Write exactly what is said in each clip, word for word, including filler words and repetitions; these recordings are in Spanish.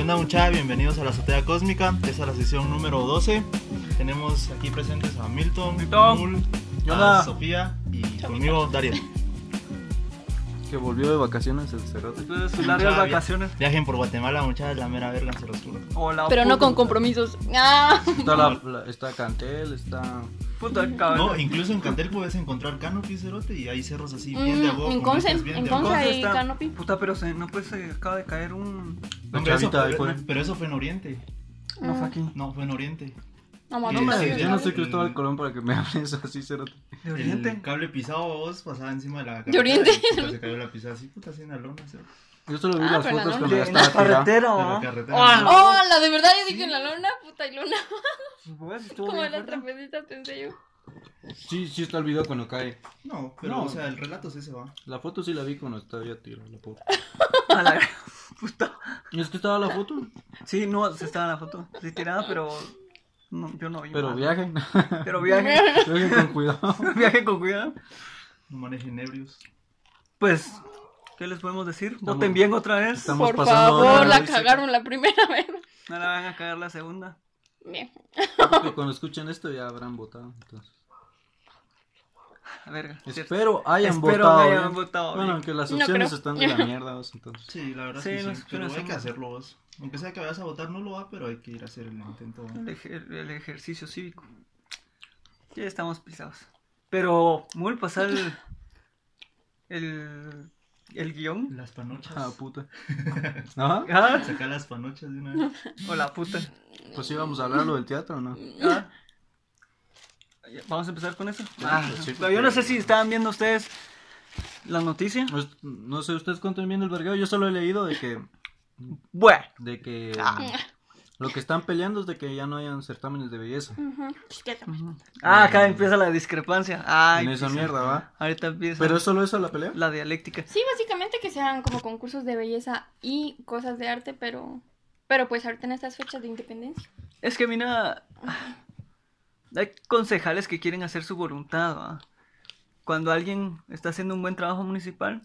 onda, mucha? Bienvenidos a la Azotea Cósmica. Esta es la sesión número doce. Tenemos aquí presentes a Milton, Milton. Mul, Hola. a Sofía y conmigo Daria. Que volvió de vacaciones el cerote. Entonces, sus largas Mucha, vacaciones. Viajen por Guatemala, muchachos, la mera verga, se los juro. Hola, Pero no puta. con compromisos. ¡Ah! Está, la, la- está Cantel, está... Puta cabrón. No, incluso en Cantel puedes encontrar canopy, cerote, y hay cerros así bien de Mm, agua. en con Conce, vistas bien en de Conce agua. hay está- canopy. Puta, pero se, no pues se acaba de caer un. No, pero, eso, Chavita, ahí pero, fue. pero eso fue en Oriente. No fue aquí. No, fue en Oriente. No, No, no, me- sí, Yo no sí. soy Cristóbal Colón para que me hables así, cerote. De El Oriente. cable pisado vos pasaba encima de la ¿De Oriente? y, puta, se cayó la pisada así, puta, así en la lona, cerote. Yo solo vi Ah, las pero la fotos lona. cuando ya En la estaba tirada. carretera, De la ¿va? carretera. Ah, Oh, la de verdad yo dije en la luna, puta y luna. Pues, estuvo Como bien las fuerte. trapecitas pensé yo. Sí, sí está el video cuando cae. No, pero No. o sea, el relato sí se va. La foto sí la vi cuando estaba ya tirada la foto. A la puta. ¿Y es que estaba la foto? Sí, no, se estaba en la foto. Sí, tirada, pero. No, yo no vi. Pero nada. viajen. Pero viaje. Viajen con cuidado. Viaje con cuidado. No manejen ebrios. Pues, ¿qué les podemos decir? Estamos- Voten bien otra vez. estamos- Por pasando favor, ahora, la dice. cagaron la primera vez. No la van a cagar la segunda. Bien. Porque cuando escuchen esto ya habrán votado. Entonces. A ver, cierto. Espero hayan Espero votado. que hayan bien. votado Bueno, bien. aunque las No opciones creo. están de la mierda, vos, entonces. Sí, la verdad Sí, sí, no, sí, pero pero hay somos- que hacerlo vos. Aunque sea que vayas a votar, no lo va, pero hay que ir a hacer el intento. El, ejer- el ejercicio cívico. Ya estamos pisados. Pero, Mul, pasar el. El. El guión. Las panochas. Ah, puta. ¿Ah? Ah, Sacar las panochas de una vez. o la puta. Pues íbamos a hablar lo del teatro, ¿o no? Ah. Ya, Vamos a empezar con eso. Ah, sí, pero yo no sé si estaban viendo ustedes la noticia. Pues, no sé, ustedes cuánto viendo el vergueo. Yo solo he leído de que. Bueno. De que. Ah. Lo que están peleando es de que ya no hayan certámenes de belleza. Ah, acá empieza la discrepancia. Ay, en esa pues, mierda, ¿va? ahorita empieza Pero es solo eso la pelea. la dialéctica. Sí, básicamente que sean como concursos de belleza y cosas de arte, pero pero pues ahorita en estas fechas de independencia. Es que mira, hay concejales que quieren hacer su voluntad, ¿va? Cuando alguien está haciendo un buen trabajo municipal,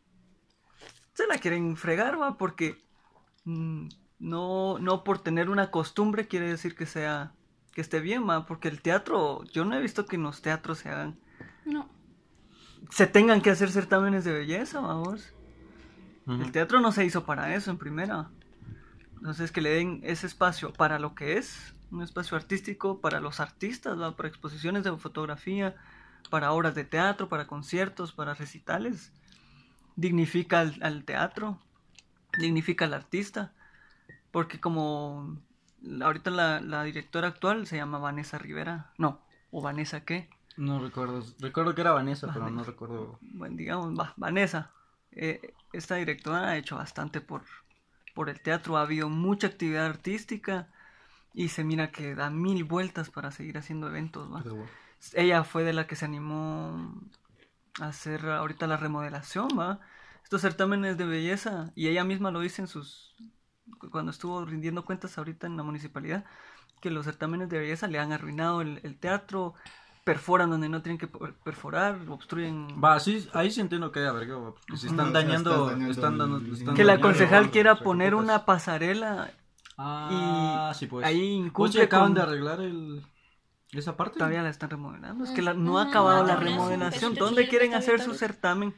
se la quieren fregar, ¿va? Porque mm, no, no por tener una costumbre quiere decir que sea, que esté bien, ¿va? Porque el teatro, yo no he visto que en los teatros se hagan, No. se tengan que hacer certámenes de belleza, vamos. Ujú. El teatro no se hizo para eso en primera. Entonces que le den ese espacio para lo que es, un espacio artístico para los artistas, ¿va? Para exposiciones de fotografía, para obras de teatro, para conciertos, para recitales. Dignifica al, al teatro, dignifica al artista. Porque como ahorita la, la directora actual se llama Vanessa Rivera, no, o Vanessa qué, No recuerdo. Recuerdo que era Vanessa, pero no recuerdo. bueno, digamos, va, Vanessa, eh, esta directora ha hecho bastante por, por el teatro, ha habido mucha actividad artística y se mira que da mil vueltas para seguir haciendo eventos, ¿va? Pero bueno. Ella fue de la que se animó a hacer ahorita la remodelación, ¿va? Estos certámenes de belleza, y ella misma lo dice en sus, cuando estuvo rindiendo cuentas ahorita en la municipalidad, que los certámenes de belleza le han arruinado el, el teatro, perforan donde no tienen que per- perforar, obstruyen. Va, sí, ahí sí entiendo que haya vergueo, va, porque si están O sea, dañando, estás dañando están dando, el- están Que la dañando- concejal o quiera sea, poner ¿qué una putas? pasarela Ah, y sí, pues. ahí Pues incumple ya acaban con- de arreglar el... esa parte. Todavía la están remodelando. Es que la- no ha Mm, acabado no, la todavía sí, remodelación. está ¿Dónde bien, quieren está hacer bien, su está bien. certamen?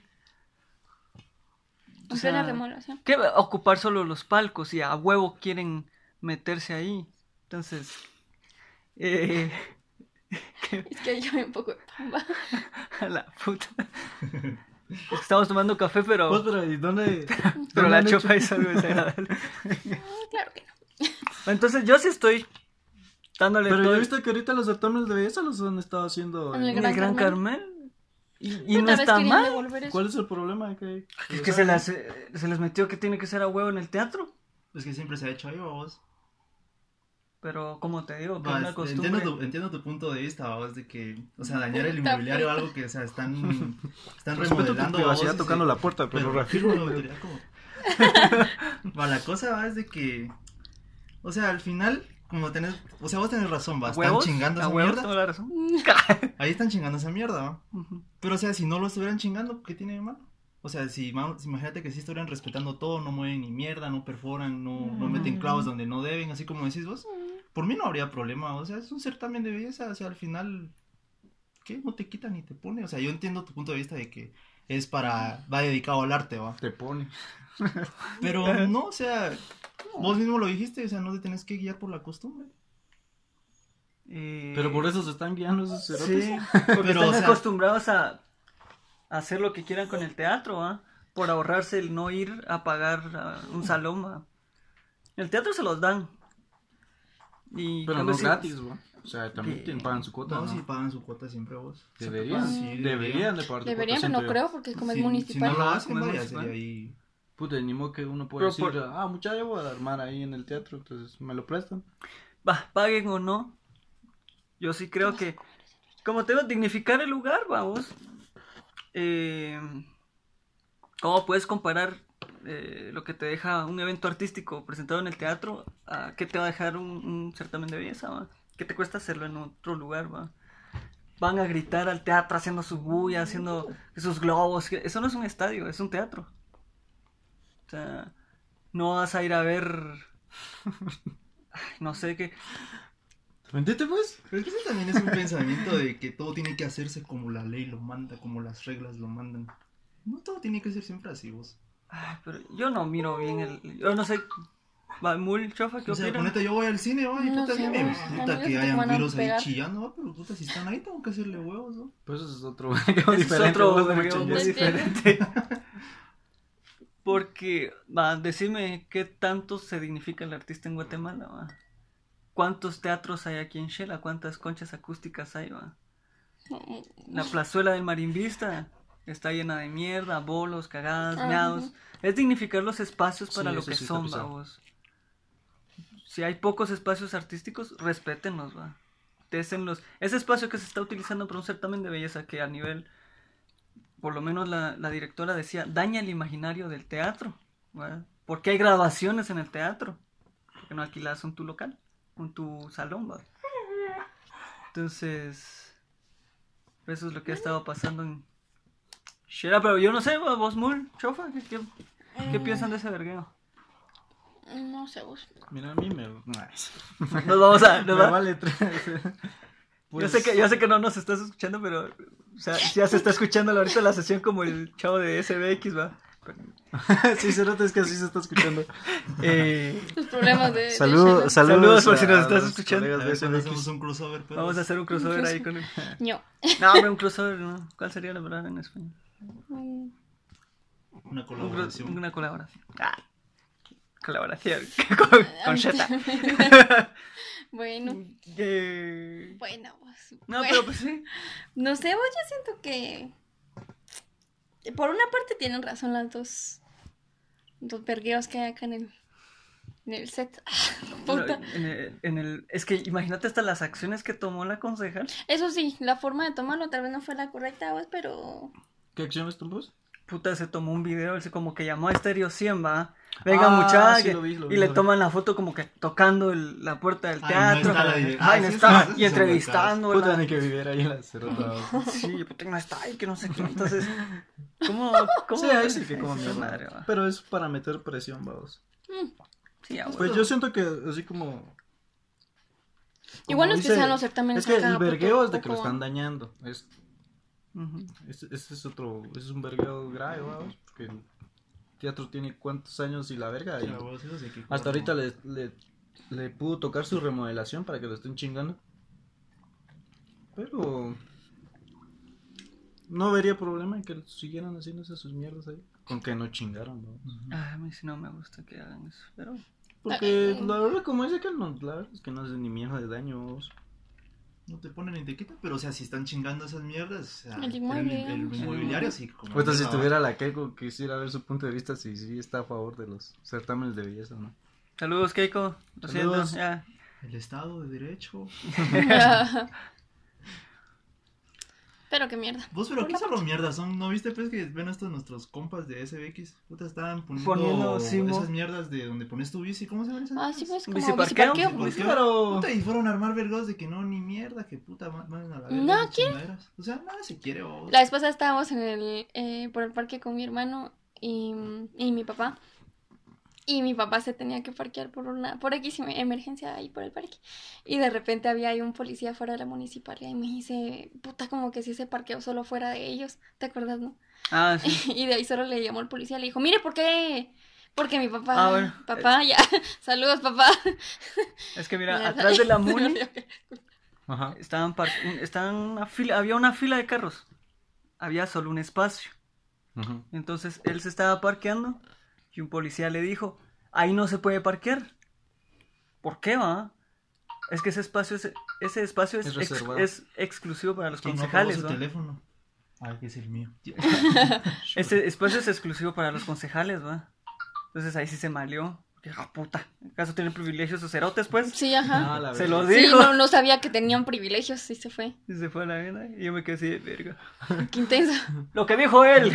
O En plena sea, remodelación. ¿qué? Ocupar solo los palcos y a huevo quieren meterse ahí. Entonces, eh, Es que yo un poco de pamba. a la puta. Es que estamos tomando café, pero, Pues, pero ¿y dónde? pero dónde la han chopa hecho? es algo desagradable. Ah, claro que no. Entonces, yo sí estoy dándole Pero todo yo he el- visto que ahorita los certámenes de belleza los han estado haciendo. En en- el en el Gran Gran Carmel. Y, y Otra no vez está querían mal. devolver eso. ¿Cuál es el problema? Que, Es que se, las, se les metió que tiene que ser a huevo en el teatro. Es que siempre se ha hecho ahí, vos. Pero, como te digo, que Va, es una es- costumbre. entiendo, tu, entiendo tu punto de vista, vos, de que, o sea, dañar el inmobiliario o algo que, o sea, están, están Respeto tu remodelando. privacidad vos, y tocando se- la puerta, pero reafirmo reafirmo. la autoridad como... Va, la cosa va es de que, o sea, al final, como tenés, o sea, vos tenés razón, va, ¿A están huevos? chingando ¿A esa huevos? mierda. Tengo la razón. Ahí están chingando esa mierda, va. Ujú. Pero, o sea, si no lo estuvieran chingando, ¿qué tiene de malo? O sea, si, vamos- imagínate que si estuvieran respetando todo, no mueven ni mierda, no perforan, no, no meten clavos donde no deben, así como decís vos, por mí no habría problema. O sea, es un certamen de belleza, o sea, al final, ¿qué? No te quita ni te pone. O sea, yo entiendo tu punto de vista de que es para, va dedicado al arte, va. Te pone. Pero no, o sea, vos mismo lo dijiste, o sea, no te tenés que guiar por la costumbre. Eh, Pero por eso se están guiando esos cerotes. Sí, porque Pero, están o sea- acostumbrados a, a hacer lo que quieran con el teatro, ¿ah? Por ahorrarse el no ir a pagar a un salón, ¿ah? El teatro se los dan. Y Pero cambio no sí- gratis, güey. O sea, también ¿Qué? tienen- pagan su cuota. No, ¿no? si pagan su cuota siempre vos. Deberían, Sí, deberían, deberían. de pagar su Deberían, cuota. pero no siento yo. creo porque como es Si, si municipal. no lo Ajá, hacen, como es vaya, municipal. sería ahí. Puta, ni modo que uno puede Pero decir, por- ah, muchacha, yo voy a armar ahí en el teatro, entonces me lo prestan. Va, paguen o no. Yo sí creo que, como te digo, dignificar el lugar, vamos. Eh, ¿Cómo puedes comparar eh, lo que te deja un evento artístico presentado en el teatro a qué te va a dejar un, un certamen de belleza, va? ¿Qué te cuesta hacerlo en otro lugar, va? Van a gritar al teatro haciendo su bulla, haciendo sus globos. que- Eso no es un estadio, es un teatro. O sea, no vas a ir a ver, ay, no sé qué. ¿Vendete pues? Pero es que ese también es un pensamiento de que todo tiene que hacerse como la ley lo manda, como las reglas lo mandan. No todo tiene que ser siempre así, vos. Ay, pero yo no miro bien el... Yo no sé... Va, Mul, chofa, ¿qué O sea, opinas? ponete, yo voy al cine, va, y No puta, sé, a mí me vos, gusta amigos que que hayan van a virus ahí pegar. chillando, va, pero puta, si están ahí tengo que hacerle huevos, ¿no? Pues eso es otro vergueo Ese es diferente. otro vos, no me vergueo muy chingues. diferente. Porque, va, decime qué tanto se dignifica el artista en Guatemala, va. ¿Cuántos teatros hay aquí en Shela? ¿Cuántas conchas acústicas hay, va? La plazuela del Marimbista está llena de mierda, bolos, cagadas, Ajá. meados. Es dignificar los espacios para Sí, lo eso que sí está son, pesado. vamos. Si hay pocos espacios artísticos, respétenlos, va. Désenlos. Ese espacio que se está utilizando para un certamen de belleza que a nivel, por lo menos la, la directora decía, daña el imaginario del teatro, ¿va? Porque hay grabaciones en el teatro. Porque no alquilas un tu local, un tu salón, va. Entonces, eso es lo que ha estado pasando en Shera, pero yo no sé, va, vos, Mul, Chofa, ¿qué, qué, qué Mm. piensan de ese vergueo? No sé, vos. Mira, a mí me... Nos vamos a... nos me va- vale tres. Yo Pues, sé que, yo sé que no nos estás escuchando, pero o sea, ya se está escuchando ahorita la sesión como el chavo de S B X, va. sí, cerote, es que así se está escuchando. Eh, Los problemas de. de Salud, Shela. Saludos por si nos a estás los escuchando. A colegas de ver cuando S B X. hacemos un crossover, pues. vamos a hacer un crossover ahí con el... No. No, hombre, un crossover, ¿no? ¿Cuál sería la palabra en español? Mm, Una Un cro- colaboración. Una colaboración. Ah, colaboración con, con Sheta. Bueno, Eh, bueno, vos. no, Bueno. pero pues sí. No sé, vos, yo siento que. Por una parte tienen razón las dos. Dos vergueos que hay acá en el. En el set. Puta. No, en el, en el- es que imagínate hasta las acciones que tomó la concejal. Eso sí, la forma de tomarlo tal vez no fue la correcta, vos, pero. ¿Qué acciones tomas? Puta, se tomó un video, él se como que llamó a Estéreo cien, va. Venga, Ah, muchacha. sí, lo vi, lo vi, y lo le vi. toman la foto como que tocando el- la puerta del Ay, no teatro. está la dire- Ay, Ah, no sí, está. sí, sí, Y sí, entrevistando. Puta, ni que viviera ahí en la cerota. Sí, puta, no está ahí, que no sé qué. Entonces, ¿cómo? ¿Cómo? Sí, ahí sí que como Esa mierda. madre, va. Pero es para meter presión, vamos. Sí, ya, Pues bueno. yo siento que así como... Igual como no es que dice- sean los certámenes Es que acá, el porque vergueo es de que lo poco- están dañando. Es, Ujú. ese, ese es otro... Ese es un vergueo grave, vamos. Porque el teatro tiene cuántos años y la verga. Y Ya, vos, eso sí hay que hasta cuidarlo. ahorita le, le, le pudo tocar su remodelación para que lo estén chingando. Pero... No vería problema en que siguieran haciéndose sus mierdas ahí. Con que no chingaron, ¿no? Ay, a mí sí no me gusta que hagan eso. Pero Porque la verdad, como dice que no, la verdad es que no hace ni mierda de daño. vos. No te ponen ni te quitan, pero o sea, si están chingando esas mierdas, o sea, El inmueble, el, el digamos. inmobiliario sí. Como Ahorita si mierda, estuviera la Keiko, quisiera ver su punto de vista si sí está a favor de los certámenes de belleza, ¿no? saludos, Keiko. Lo siento, Saludos. ya. El Estado de Derecho. Pero qué mierda. Vos, pero Por qué la solo mierda son, ¿no viste pues que ven estos nuestros compas de S B X? Puta, estaban poniendo, Poniendo, sí, mo. esas mierdas de donde pones tu bici, ¿cómo se llaman esas Ah, mierdas? sí, pues como Biciparqueo. biciparqueo. Pues, Sí, ¿qué? pero- Puta, y fueron a armar vergos de que no, ni mierda, que puta, ma- manden a la verga. No, esas chingaderas. O sea, nada se quiere, vos. La vez pasada estábamos en el, eh, por el parque con mi hermano y, y mi papá. Y mi papá se tenía que parquear por una, por X emergencia ahí por el parque. Y de repente había ahí un policía fuera de la municipalidad y me dice, puta, como que si ese parqueo solo fuera de ellos. ¿Te acuerdas, no? Ah, sí. Y de ahí solo le llamó el policía, le dijo, mire, ¿por qué? Porque mi papá, Ah, bueno. papá, ya, saludos, papá. Es que mira, Ya. atrás de la Muni Ajá. estaban, par- un- estaban una fila, había una fila de carros. Había solo un espacio. Ujú. Entonces él se estaba parqueando y un policía le dijo, ahí no se puede parquear. ¿Por qué, va? Es que ese espacio es, ese espacio es, Es ex- reservado. es exclusivo para los ¿Quién no concejales, apagó su ¿va? teléfono? Ay, que es el mío. Ese espacio es exclusivo para los concejales, ¿va? Entonces ahí sí se maleó. Porque, ah, puta, ¿acaso tienen privilegios esos cerotes, pues? Sí, ajá. Ah, la Se verdad. los Sí, dijo. no, no sabía que tenían privilegios y se fue. Y se fue a la vida y yo me quedé así de verga. Qué intenso. Lo que dijo él.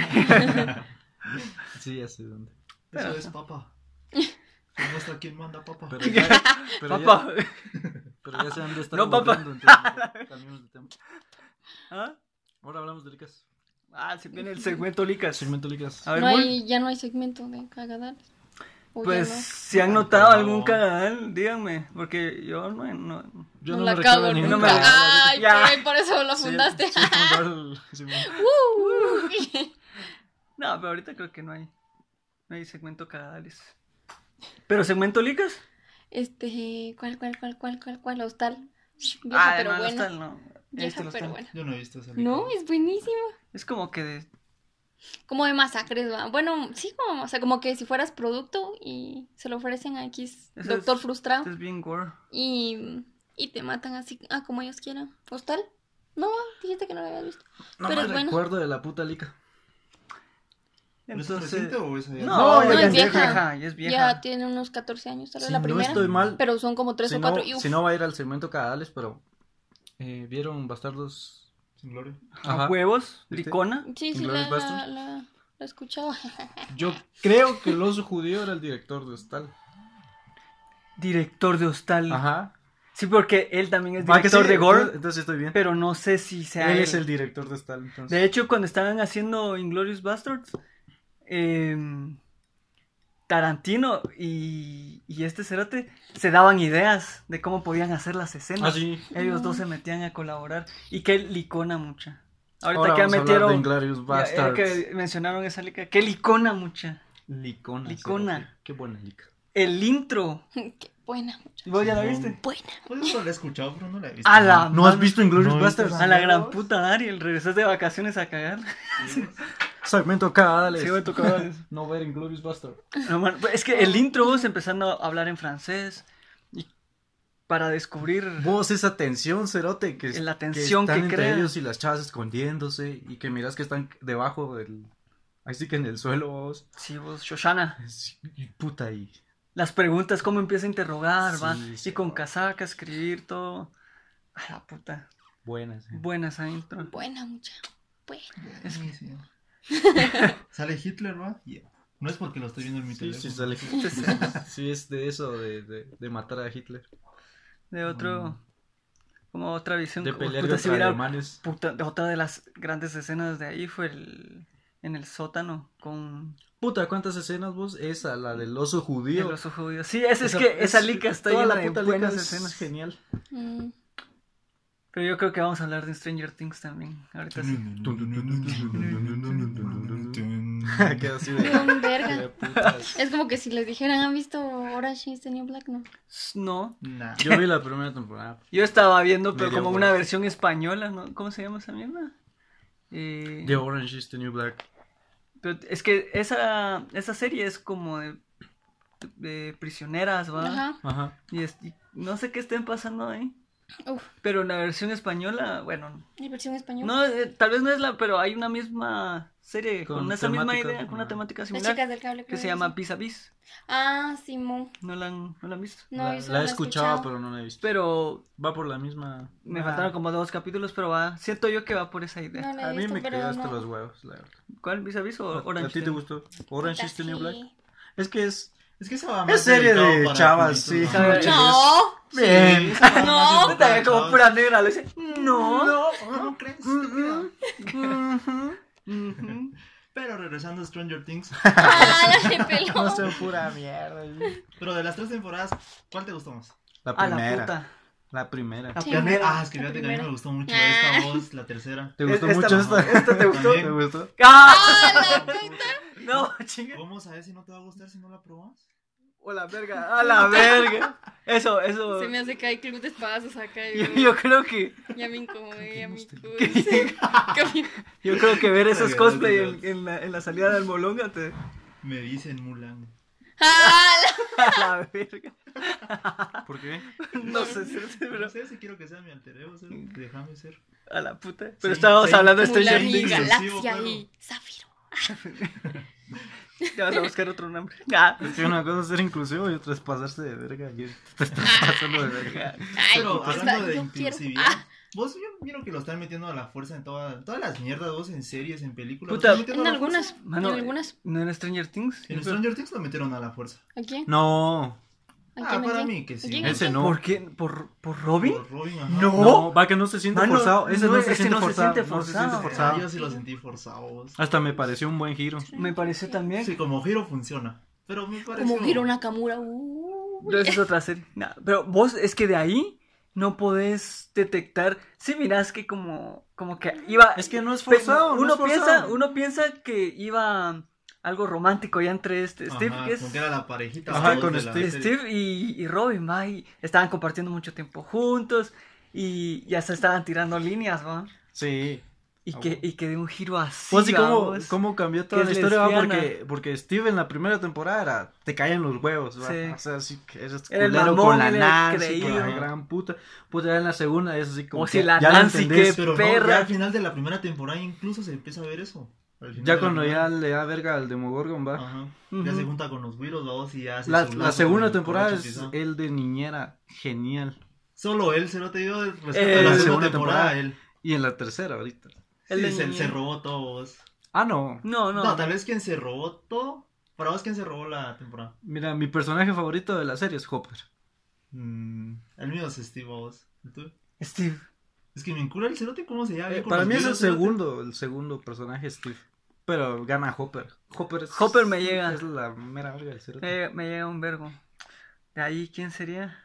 Sí, ya sé dónde. Eso es papa. Se muestra quién manda papa. Pero ya, pero ya, Papá. pero ya se han de estar No, papá. aburriendo, entonces cambiamos de tema. ¿Ah? Ahora hablamos de licas. Ah, se viene el segmento Licas. Segmento licas. A ver, No Mul, hay, ya no hay segmento de cagadales. O ya pues no. si han notado No. algún cagadal, díganme, porque yo no, no, Yo no, no, la me cago recuerdo no ningún me- cagadal Ay, Ya. por, ahí, por eso lo ahorita. Sí, fundaste. sí, fundar el- sí, bueno. Uh. no, pero ahorita creo que no hay, no hay segmento cagadales. Pero segmento Licas, Este, ¿cuál, cuál, cuál, cuál, cuál, cuál? Hostal. Vieja, ah, pero no, el buena. hostal no. Vieja, Este, el pero hostal. buena. Yo no he visto esa No, es buenísima. Es como que de, Como de masacres, ¿va? Bueno, sí, como, o sea, como que si fueras producto y se lo ofrecen a X Eso doctor es- frustrado es bien gore. y, y te matan así, ah, como ellos quieran. ¿Hostal? No, dijiste que no lo habías visto. No Pero me es bueno. recuerdo de la puta lica. ¿Pero es Entonces, reciente o esa ya? no, No, ya ya es es vieja. vieja. ya es vieja. Ya tiene unos catorce años, tal vez Si la no primera. estoy mal, Pero son como tres si o no, cuatro. Y, uf, si no va a ir al segmento cagadales, pero eh, vieron Bastardos. Sin gloria. A huevos, ¿Viste? Licona. sí, sí, Inglourious la, la, Basterds. la, la he escuchado. Yo creo que el oso judío era el director de Hostal. Director de Hostal. Ajá. Sí, porque él también es ¿Va que director sí? de Gore, Entonces, entonces estoy bien. pero no sé si sea Él él. es el director de Hostal, entonces. De hecho, cuando estaban haciendo Inglourious Basterds, eh, Tarantino y, y este cerote se daban ideas de cómo podían hacer las escenas. Ah, sí. Ellos dos se metían a colaborar. Y que licona mucha. Ahorita Ahora que ya vamos a hablar metieron. de Inglourious ya- ya Basterds. que mencionaron esa lica. Que licona mucha. Licona. Licona. cerote. Qué buena lica. El intro. Qué buena, muchacha. ¿Vos ya la Sí, viste? Buena. Pues yo la he escuchado, pero no la he visto. A la ¿No has mano. visto Inglourious No he visto Basterds? esa- A la gran puta Dariel. Regresas de vacaciones a cagar. Segmento cagadales. Sí, me tocaba eso. No ver Inglourious Basterds. No, man, es que el intro vos empezando a hablar en francés y para descubrir Vos esa tensión, cerote, que, La tensión están que entre crea. ellos y las chavas escondiéndose y que miras que están debajo del... Ahí sí que en el suelo, vos. sí, vos, Shoshana, Sí, y puta, y... las preguntas, cómo empieza a interrogar, Sí, va, sí, y con va. casaca, escribir todo. A la puta, Buenas. eh. buena esa intro. Buena, mucha. Buena. Es que sí. Sale Hitler, ¿va? Yeah. No es porque lo estoy viendo en mi Sí, teléfono. sí, sale. Sí, es de eso, de, de, de matar a Hitler. De otro, como otra visión. De como, pelear puta, si contra hubiera- alemanes. puta, de otra de las grandes escenas de ahí fue el, en el sótano con Puta, ¿cuántas escenas vos? Esa, la del oso judío. el oso judío. Sí, esa, es que esa lica está toda llena la de puta buenas lica es escenas. genial. Mm. Pero yo creo que vamos a hablar de Stranger Things también. Ahorita sí. Queda así de... Bien, verga. de puta. Es como que si les dijeran, ¿han visto Orange is the New Black? No. No, Nah. Yo vi la primera temporada. yo estaba viendo, pero Media como hora. una versión española, ¿no? ¿Cómo se llama esa mierda? Eh, The Orange is the New Black. pero es que esa, esa serie es como de, de prisioneras, ¿va? Ajá. Ajá. Y, es- y no sé qué estén pasando ahí. Uf. Pero en la versión española, bueno, ¿Hay versión española? no, eh, tal vez no es la, pero hay una misma serie con, Con esa misma temática, idea, con una ah. temática Las similar, chicas del cable. que creo se llama sí. Vis a Vis. Ah, Simón. ¿No la han, no la han visto? No, la, yo solo la he la he escuchado, escuchado. pero no la he visto. Pero Va por la misma. me Ah, faltaron como dos capítulos, pero va, siento yo que va por esa idea. No la A he mí visto, me pero quedó hasta no. los huevos, la verdad. ¿Cuál? ¿Vis a Vis o ¿A Orange? ti te Theory? gustó? ¿Orange Puta, is the New sí. Black? Es que es. Es que esa va Es más serie dedicado de para chavas, culitos, sí. ¿no? ¿Sabes? No. Bien. Sí, esa va más No. dedicada Puta, para como chavas. pura negra, le dice, no. No, ¿cómo crees? Estúpida. Ujú, ujú. Pero regresando a Stranger Things. Ah, la peló. No sé, pura mierda. Pero de las tres temporadas, ¿cuál te gustó más? La A la primera. puta. La primera. La Sí. primera. Ah, es que La fíjate que a mí primera. me gustó mucho Ah. esta voz, la tercera. ¿Te gustó Esta- mucho esta? ¿Esta te gustó? ¿Te gustó? ¡Ah! No, chinga. ¿Cómo sabes si no te va a gustar si no la probas? O la verga, a la verga. Eso, eso. Se me hace que hay club de espadazos acá. Yo, yo creo que Ya me incomodé, ya me Cambiemos incomodé. yo creo que ver esos Verga, cosplay verga. en, en la, en la salida del Molonga te Me dicen Mulan. Ah, a la verga. ¿Por qué? No sé, sí, sí, Pero pero no sé si quiero que sea mi alter ego, o sea, déjame ser. a la puta. Pero Sí, estábamos sí. hablando de Mulan Stranger y Things. exclusivo, Galaxia perro. y Zafiro. Ya vas a buscar otro nombre. Ah. Es que una cosa es ser inclusivo y otra es pasarse de verga. Y te estás pasando de verga. Ay, Pero pues, hablando de yo quiero- inclusividad, Ah, vos yo miro que lo están metiendo a la fuerza en toda, todas las mierdas, vos en series, en películas. lo Puta, están metiendo en a la algunas. fuerza. Mano, en algunas. ¿no era Stranger Things? En Stranger Things lo metieron a la fuerza. ¿A quién? No. ¿A Ah, quién? ¿A para quién? mí que sí. ¿A quién? Ese no. ¿Por qué? ¿Por, por Robin? Por Robin, ajá. No. No, va que no se siente Mano, forzado. Ese no, no, se ese siente no se forzado. siente No se siente forzado. Ah, forzado. yo sí lo sentí forzado. vos. Hasta me pareció un buen giro. Me pareció también. Sí, como giro funciona. Pero me pareció... Como Hiro Nakamura. Uh, Pero esa es otra serie. Nah, pero vos es que de ahí no podés detectar. Sí, mirás que como, como que iba. Es que no es Pe- forzado. no uno es forzado. piensa, uno piensa que iba algo romántico ya entre este Steve, Ajá, que es como que era la parejita. Ajá, vos, con de la Steve. serie. Steve y, y Robin, va, y estaban compartiendo mucho tiempo juntos y ya se estaban tirando líneas, va. Sí. Y Ah, que, bueno. y que de un giro así. Pues sí, cómo, vamos. cómo cambió toda que la es historia, va, lesbiana. porque, porque Steve en la primera temporada era, te caían los huevos, va. Sí. O sea, así que eres Era el culero mamón, con la era el Nancy, con la creído. gran puta. Puta, ya en la segunda es así como O que si la ya lo Nancy, entendés, qué Pero no, perra. ya al final de la primera temporada incluso se empieza a ver eso. Al final Ya de la cuando ya primera. le da verga al Demogorgon, va. Ajá. Ujú. Ya se junta con los Wiros, vamos, y ya hace La, su la lazo segunda con el temporada Comanche es Pisado. el de niñera, genial. Solo él se lo te dio respeto Eh, a la la segunda segunda temporada, temporada. él. Y en la tercera ahorita. El Sí, de se, niñera. se robó todo vos. Ah, no. No, no. No. tal vez quien se robó todo. Para vos, ¿quién se robó la temporada? Mira, mi personaje favorito de la serie es Hopper. Mm, el mío es Steve, vos. ¿Y tú? Steve. Es que me encula el cerote, ¿cómo se llama? Eh, Bien con para los mí es el Wiros, cerote. segundo, el segundo personaje Steve. Pero gana Hopper. Hopper, es, Hopper me llega. Es la mera verga del cerote. Me, llega- me llega un vergo. De ahí, ¿quién sería?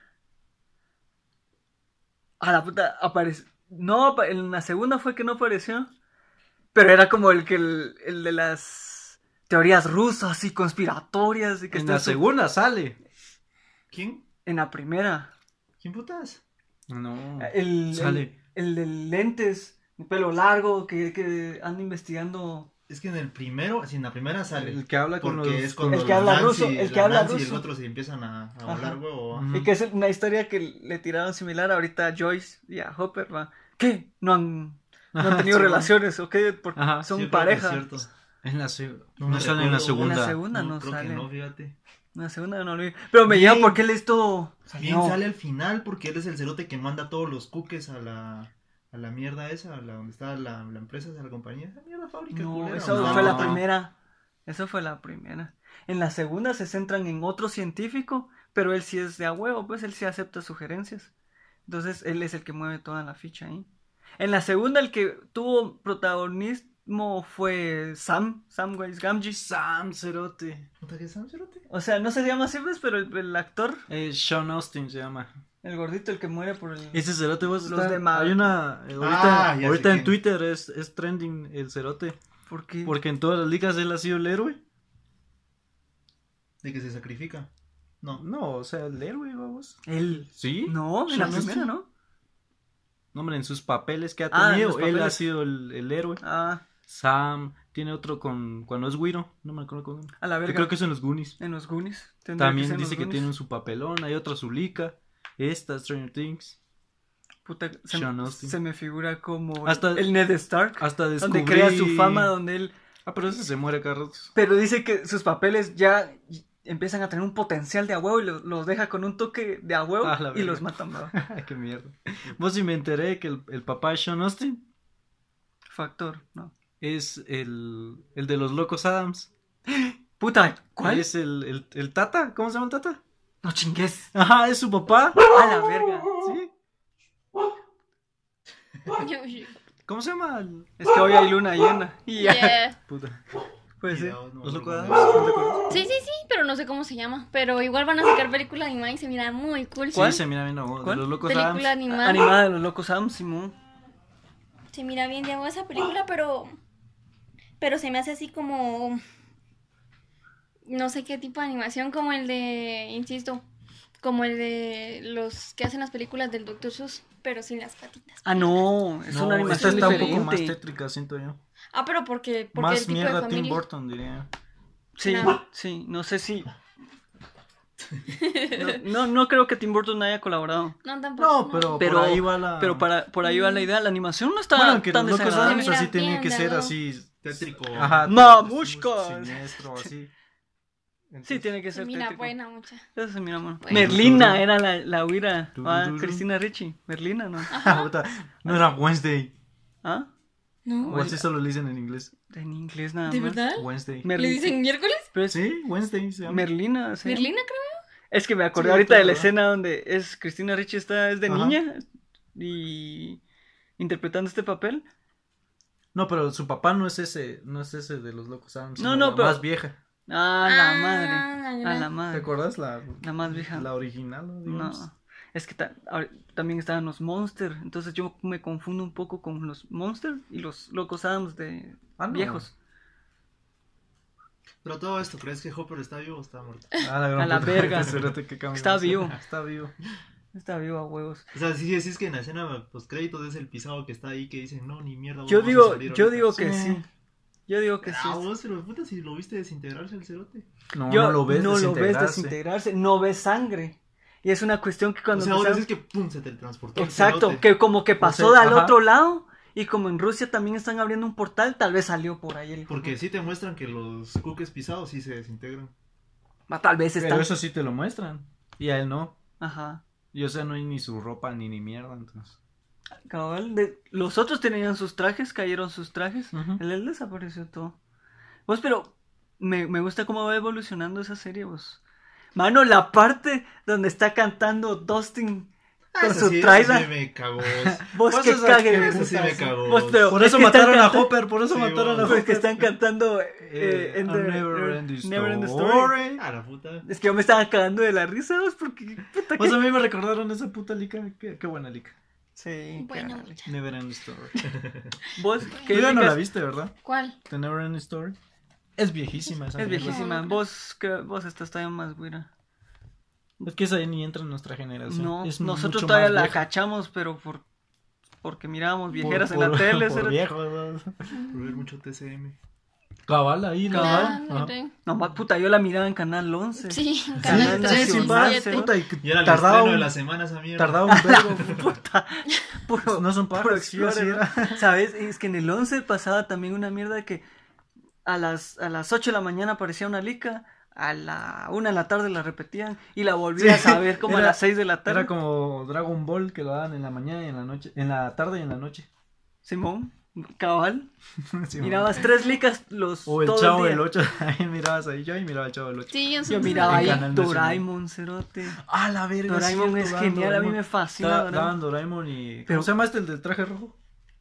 A la puta, apareció. No, apa- en la segunda fue que no apareció. Pero era como el que el, el de las teorías rusas y conspiratorias. Y que en está la en su- segunda sale. ¿Quién? En la primera. ¿Quién putas? No. El, Sale. El, el de lentes, de pelo largo, que, que anda investigando. Es que en el primero, sí, en la primera sale. El que habla con Porque los... es cuando El que habla Nancy- ruso, el que la habla Nancy y ruso. el otro se empiezan a, a Ajá. hablar huevo. ¿va? Ujú. Y que es una historia que le tiraron similar ahorita a Joyce y a Hopper. ¿Va? ¿Qué? ¿No han, no han tenido Sí, relaciones o qué? Porque Ajá, son Sí, yo creo que es pareja. cierto. En la se- No no, me sale en la recuerdo. segunda. En la segunda no creo sale. que no, fíjate. En la segunda no lo vi. Pero me Bien. llama porque él es todo. Bien No. sale al final porque él es el cerote que manda todos los cookies a la, a la mierda esa, a la donde está la, la empresa, a la compañía. Esa mierda fábrica No, culera, eso donde fue está la todo. primera. Eso fue la primera. En la segunda se centran en otro científico, pero él sí es de a huevo, pues él sí acepta sugerencias. Entonces él es el que mueve toda la ficha ahí. En la segunda el que tuvo protagonismo fue Sam, Samwise Gamgee. Sam Cerote. Puta, ¿qué es Sam, cerote? O sea, no se llama así, pues, pero el, el actor, Eh, Sean Austin se llama. el gordito, el que muere por el... Ese cerote vos Los está- de Mar- hay una eh, ahorita, Ah, ya sé ahorita en quién. Twitter es, es trending el cerote ¿Por qué? porque en todas las ligas él ha sido el héroe. De que se sacrifica. No. No, o sea, el héroe, vamos. Él... ¿Sí? No, en la Sean primera, Austin. ¿no? No, hombre, en sus papeles que ha Ah, en tenido, los él ha papeles. sido el, el héroe. Ah, Sam tiene otro con cuando es Wiro, no me acuerdo con. a la Yo verga. creo que es en los Goonies. En los Goonies. Tendría También ser en dice los que Goonies. tiene un su papelón, hay otra Zulica, esta Stranger Things. Puta, se, Sean Austin. se me figura como Hasta- el Ned Stark. Hasta Donde descubrí crea su fama, donde él Ah, pero ese se muere cada rato. Pero dice que sus papeles ya empiezan a tener un potencial de a huevo y los, los deja con un toque de a huevo Ah, la y verga. los matan, ¿no? Qué mierda. Vos sí me enteré que el, el papá de Sean Austin Factor, ¿no? es el, el de los Locos Adams. Puta, ¿cuál? Es el, el, el Tata. ¿Cómo se llama el Tata? No chingues. Ajá, es su papá. A la verga. Sí. ¿Cómo se llama? el- Es que hoy hay luna llena. Y ya. Yeah. Puta. Pues sí. Mira, no, Los no, Locos no, Adams. no. ¿No te acuerdas? Sí, sí, sí, pero no sé cómo se llama. Pero igual van a sacar película animada y se mira muy cool. ¿Cuál? Sí, se mira bien. No, de ¿Cuál? los Locos Película Adams. animada. Animada de los locos Sam, Simón. Se mira bien de esa película, pero. Pero se me hace así como. No sé qué tipo de animación, como el de. Insisto. Como el de los que hacen las películas del doctor Seuss, pero sin las patitas. Ah, no, es No, una esta animación está un diferente. poco más tétrica, siento yo. Ah, pero porque, porque Más el tipo de mierda Tim familia. Burton, diría. Sí, No. sí, no sé si. No, no, no creo que Tim Burton haya colaborado. No, tampoco. No, pero, Pero- por ahí va la... Pero para, por ahí va la idea. La animación no está Bueno, que tan los Locos desagradable. Adams Mira, así tenía que bien, ser ¿no? así... Tétrico. Ajá. Mamushka. Siniestro, así. Sí, tiene que Se ser mira tétrico. buena mucha. Eso se mira bueno. Bueno. Merlina era la, la huira. Tu, Ah, tu, tu. Cristina Ricci. Merlina, ¿no? Puta, no era Wednesday. ¿Ah? ¿No? O así solo le dicen en inglés. En inglés nada ¿De más. verdad? Wednesday. Merli- ¿Le dicen miércoles? Pero es Sí, Wednesday se llama. Merlina, sí. ¿Merlina, creo? Es que me acordé Sí, ahorita de la ¿verdad? escena donde es Cristina Ricci está es de Ajá. niña y interpretando este papel. No, pero su papá no es ese, no es ese de los Locos Adams. No, sino no, la pero- más vieja. Ah, la Ah, madre. la A la gran- ¿Te madre. acuerdas? La, La más vieja. la original, ¿no? Digamos. No. Es que ta- ahor- también estaban los Monster. Entonces yo me confundo un poco con los Monster y los Locos Adams de Ah, no. viejos. Pero todo esto, ¿crees que Hopper está vivo o está muerto? Ah, gran A la puta. verga. Espérate que cambie. Está vivo. Está vivo. Está vivo a huevos. O sea, si decís que en la escena post créditos es el pisado que está ahí que dicen, no, ni mierda. Yo vamos a digo, salir yo ahorita". digo que Sí. sí. Yo digo que sí. Ah, vos, pero puta, si lo viste desintegrarse el cerote. No, Yo no lo ves no lo ves desintegrarse. desintegrarse, no ves sangre. Y es una cuestión que cuando o sea, vos empezaron- decís que pum, se teletransportó. el Exacto, cerote. que como que pasó sea, al ajá. otro lado y como en Rusia también están abriendo un portal, tal vez salió por ahí el hijo Porque de- sí te muestran que los cookies pisados sí se desintegran. Ah, tal vez Pero están. eso sí te lo muestran. Y a él no. Ajá. Y o sea, no hay ni su ropa ni ni mierda, entonces. Cabal, de- los otros tenían sus trajes, cayeron sus trajes. Ujú. El él desapareció todo. Pues pero me, me gusta cómo va evolucionando esa serie, vos. Mano, la parte donde está cantando Dustin con Ese su sí, trident. ese sí me cagó. vos. Vos Vos que esa- cague. Ese sí me cagó. Vos, pero Por es eso que están mataron a cantando- Hopper, por eso Sí, mataron a bueno. Pues Hopper. que están cantando eh, Eh, en A the- Never eh, Ending Never Ending Story. Story. A la puta. Es que yo me estaba cagando de la risa, vos, porque puta Pues que... a mí me recordaron esa puta lica. Qué, qué buena lica. Sí, Bueno, cabrón. mucha. Never Ending Story. Vos, Tú ¿qué ya no la ubicas? viste, ¿verdad? ¿Cuál? The Never Ending Story. Es viejísima esa Es mierda. viejísima. No. Vos, que vos estás todavía más güera. Es que esa ni entra en nuestra generación. No, Es nosotros mucho todavía más la vieja. cachamos, pero por porque mirábamos Por- viejeras en por- la tele. por era- viejos, ¿no? Por ver mucho T C M. Cabal ahí, Cabal. cabal. Ah, Ajá. no, No, ma, puta, yo la miraba en Canal once. sí, Sí, Canal sí, tres sí, y sin más, siete. puta, y Y era el tardaba estreno un, de la semana esa mierda. tardaba un vergo. Puta, puro, No son puro pajas, sí, así Explorer, era. ¿no? ¿Sabes? Es que en el once pasaba también una mierda de que a las, a las ocho de la mañana aparecía una lica, a la una de la tarde la repetían y la volvías Sí, a ver como era- a las seis de la tarde. Era como Dragon Ball que lo daban en la mañana y en la noche, en la tarde y en la noche. Simón, cabal. Sí, Mirabas tres licas los o el todo Chavo día. del ocho, ahí mirabas ahí, yo ahí miraba el Chavo del ocho. Sí, yo, Yo soy- miraba En ahí Canal Nacional. Doraemon, cerote. Ah, la verga. Doraemon cierto, es daban genial, a mí Doraemon. me fascina Da- Doraemon. Daban Doraemon y... Pero- ¿Cómo se llama este, el del traje rojo?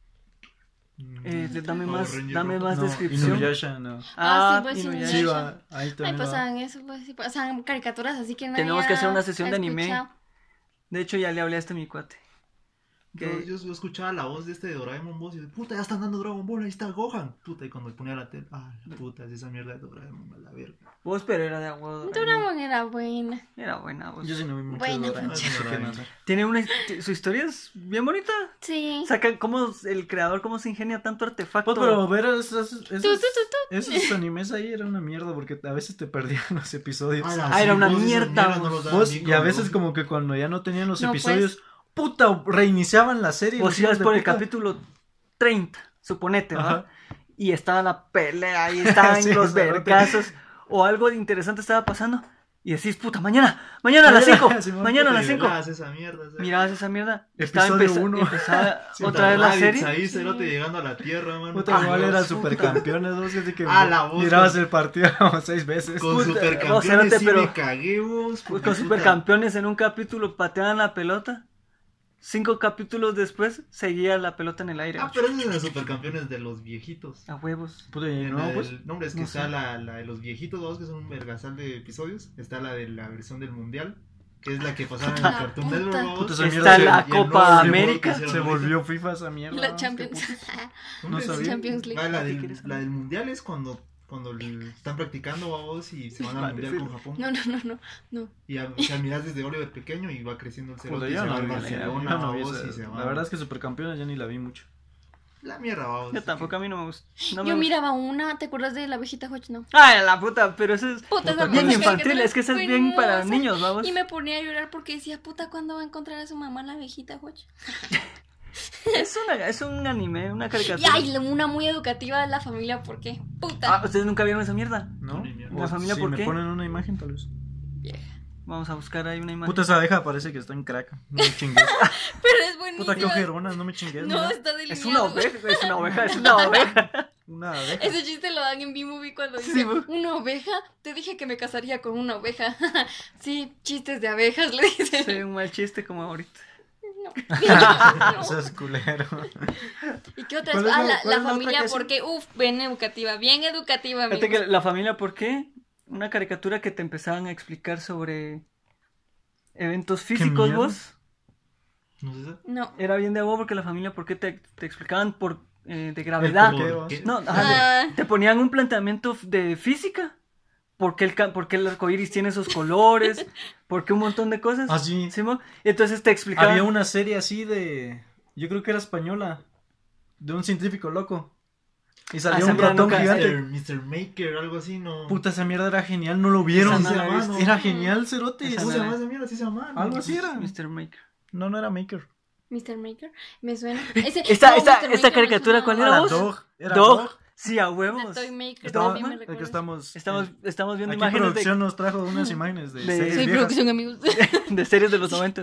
Eh, de- dame Power más, Ranger dame rojo. más No, descripción. Inuyasha, no. Ah, sí, pues, Inuyasha. Sí, Inuyasha. va, ahí Ay, también lo pasaban eso, pues sí, pasaban caricaturas así que nadie Tenemos que hacer una ha- sesión ha de anime. escuchado. De hecho, ya le hablé a este mi cuate. Yo, Que- yo, yo escuchaba la voz de este de Doraemon Boss y de puta, ya están dando Dragon Ball, ahí está Gohan. Puta, y cuando ponía la tele, ah, la puta, es esa mierda de Doraemon, a la verga. Vos, pero era de agua. Doraemon era buena. Era buena, vos. Yo sí no vi mucho Bueno, de Doraemon. pues. no sé qué Doraemon. más. Tiene una. Su historia es bien bonita. Sí. Sacan cómo el creador, cómo se ingenia tanto artefacto. Pues, pero ver esos, esos, Tú, tú, tú, tú. esos animes ahí era una mierda porque a veces te perdían los episodios. Ah, era una vos, esas mierda, mierdas no vos. los daban Vos- bien y a con veces los- como que cuando ya no tenían los No, episodios, puta, reiniciaban la serie. Vos los ibas hijos de por el puta. capítulo treinta, suponete, ¿verdad? Ajá. y estaba la pelea y estaban Sí, los cerote. vergazos o algo interesante estaba pasando y decís, puta, mañana, mañana a las cinco, Simón, mañana a las Y cinco. velabas esa mierda, o sea. Mirabas esa mierda, estaba Episodio empeza- uno. empezaba Sí, otra vez la Raditz serie. Ahí, cerote, llegando a la tierra, mano. Puta, Ah, igual eran Dios, supercampeones, vos, así que Ah, la voz, mirabas con- el partido como seis veces. Con Puta, supercampeones vos, cerote, sí pero- me cagué, vos. Pues porque, con puta, supercampeones en un capítulo pateaban la pelota. Cinco capítulos después seguía la pelota en el aire. Ah, pero esos son los supercampeones de los viejitos. A huevos. Puta, y En no, la pues. del- no, hombre, es que no está sé. la, la de los viejitos dos, que son un vergasal de episodios. Está la de la versión del mundial, que es la que pasaron en La Cartoon puta. Network. Puta, esa vos. mierda Está se- la Y el Copa nuevo América. que hicieron Se ahorita. volvió FIFA esa mierda. La ¿no? Champions. No No sabía. Champions League. Ah, la, ¿Qué del, quieres la saber? del mundial es cuando, cuando el- están practicando a vos y se van al Vale, mundial sí. con Japón. No, no, no, no, no. Y a, o sea, miras desde Oliver pequeño y va creciendo el Puta, cerote y yo se no va al vi la- Barcelona, yo no a vi vos esa- y se va. La verdad es que supercampeones ya ni la vi mucho. La mierda, vamos. Yo tampoco, a mí no me gusta. No me Yo gusta. miraba una, ¿te acuerdas de la abejita Hodge? No. Ay, la puta, pero eso es Puta, esa bien puta infantil. caricatura Es que eso es fue bien para hermosa. niños, vamos. Y me ponía a llorar porque decía, puta, ¿cuándo va a encontrar a su mamá la abejita Hodge? Es, una, es un anime, una Y caricatura. ay, una muy educativa de la familia, ¿por qué? Puta. Ah, ¿ustedes nunca vieron esa mierda? ¿No? Ni mierda. O ¿La familia si por me qué? ponen una imagen, tal vez. Vamos a buscar ahí una imagen. Puta, esa abeja parece que está en crack. No me chingues. Pero es buenísima. Puta, qué ojeronas, no me chingues. No, mira. está delineado. Es una oveja, es una oveja, es una oveja. Una abeja. Ese chiste lo dan en B-Movie cuando Sí, dice, bu- ¿una oveja? Te dije que me casaría con una oveja. Sí, chistes de abejas, le dicen. Sí, un mal chiste como ahorita. No. O sea, es culero. ¿Y qué otra? ¿Cuál es Ah, la- la, cuál la es la otra familia, que sí? porque, uff, bien educativa, bien educativa, Fíjate amigos. que la familia, ¿por qué? Una caricatura que te empezaban a explicar sobre eventos físicos, mierda? vos. ¿No es esa? No. Era bien de vos porque la familia, ¿por qué te, te explicaban por eh, de gravedad? por qué, ¿Por vos? qué? No, ajá, Ah, te ponían un planteamiento de física. ¿Por qué el, ca- por qué el arcoíris tiene esos colores? ¿Por qué un montón de cosas? Ah, sí. ¿Sí, mo? Entonces te explicaban. Había una serie así de. Yo creo que era española. De un científico loco. Y salía esa un mierda ratón nunca- gigante. mister Maker, algo así, ¿no? Puta, esa mierda era genial, no lo vieron. Esa no la he visto. Era genial, cerote. Esa ¿Cómo no se la- llama esa mierda? ¿Sí se llama? Algo así era. mister Maker. No, no era Maker. mister Maker, me suena. Ese, Esta- no, esta- mister esta Maker me caricatura, suena- ¿cuál Era era vos? Dog. Era Dog. Dog. Sí, a The huevos. Toy Maker Estaba, también me es que recuerda. estamos. Estamos, eh, estamos viendo aquí imágenes producción nos trajo unas imágenes de, de- series Soy viejas. producción, amigos. de, de series de los noventa.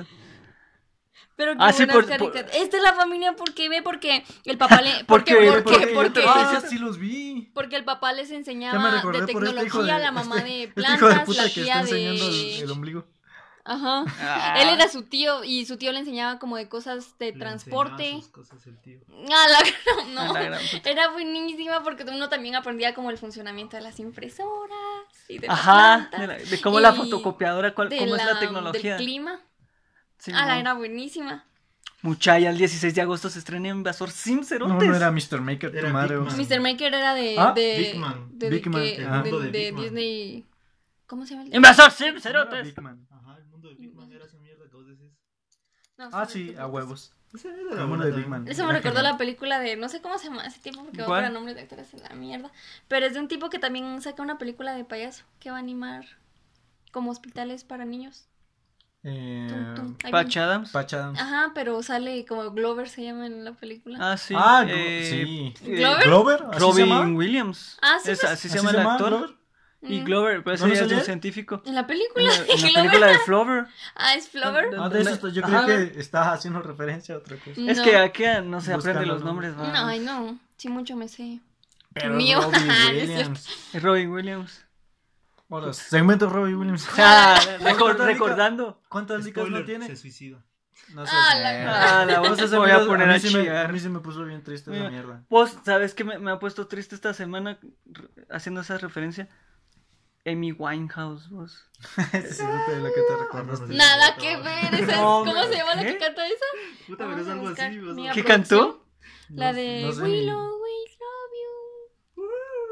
Pero qué Ah, sí, buenas por- caricaturas. por- Esta es la familia porque ve, porque el papá le... Porque Porque, ve, porque, porque- porque, Ah, sí los vi. porque el papá les Ya me enseñaba recordé de por este hijo tecnología, de. la mamá este, de este plantas, hijo de puta la que tía está enseñando el, de... el ombligo. Ajá. Ah. Él era su tío y su tío le enseñaba como de cosas de Le transporte. enseñaba sus cosas el tío. Ah, la no. A la gran puta. Era buenísima porque uno también aprendía como el funcionamiento de las impresoras y de las Ajá, plantas, de, la- de cómo la y fotocopiadora, cuál, de cómo es la la- tecnología. del clima. Sí, Ah, la no. era buenísima. Mucha, y el dieciséis de agosto se estrena Invasor Sim No, Cerotes. no era mister Maker, tu Era madre. Big vos. Man. mister Maker era de, Ah, de, Big Man. de, Big Man, que- el de- mundo de de Big Man. Disney. ¿Cómo se llama? el- Invasor Sim No era Cerotes. Big Man. Ajá, el mundo de Big Man era esa mierda que vos decís. No, Ah, sí, sí, no, a no, huevos. Esa era El la mundo buena de también. Big Man. Eso me Era recordó genial. la película de, no sé cómo se llama ese tipo porque ¿Cuál? para nombres de actores es la mierda. Pero es de un tipo que también saca una película de payaso que va a animar como hospitales para niños. Eh, Tum, tum. Ahí Patch viene. Adams. Patch Adams. Ajá, pero sale como Glover se llama en la película. Ah, sí. Ah, Glo- eh, sí. eh, ¿Glover? ¿Glover? ¿Así se Robin llama? Williams. Ah, sí, Es- pues. así se ¿Así llama se el llama, actor. Glover? Y Mm. Glover, pues ¿No lo ella es de un salía? científico. En la En película. la, en la Glover. película de Flover. Ah, es Flover. Ah, de eso estoy- yo Ajá. creo que está haciendo referencia a otra cosa. Es No. que aquí no se Buscando aprende los los nombres, va. No, ay, no. Sí, mucho me sé. Pero mío. Robbie Ah, no es Williams. Es Robin Williams. Hola, segmento Robbie Williams. Ah, recor- ¿Cuántas recordando. ¿Cuántas licas Spoiler, no tiene? se suicida. No sé. Ah, la- Ah, la voz Entonces, se voy a amigos, poner a a mí, sí me, chillar. a mí sí me puso bien triste esa Mira. mierda. Vos, ¿sabes qué me, me ha puesto triste esta semana r- haciendo esa referencia? Amy Winehouse, vos. Ese sí, no te- de la que te recuerdas. no, no, Nada que ver. Esa es- No, ¿Cómo se llama la ¿qué? que canta esa? Puta, pero Vamos es a algo buscar. así. o sea. Mira, ¿Qué producción. cantó? La No- de no sé We'll ni- always love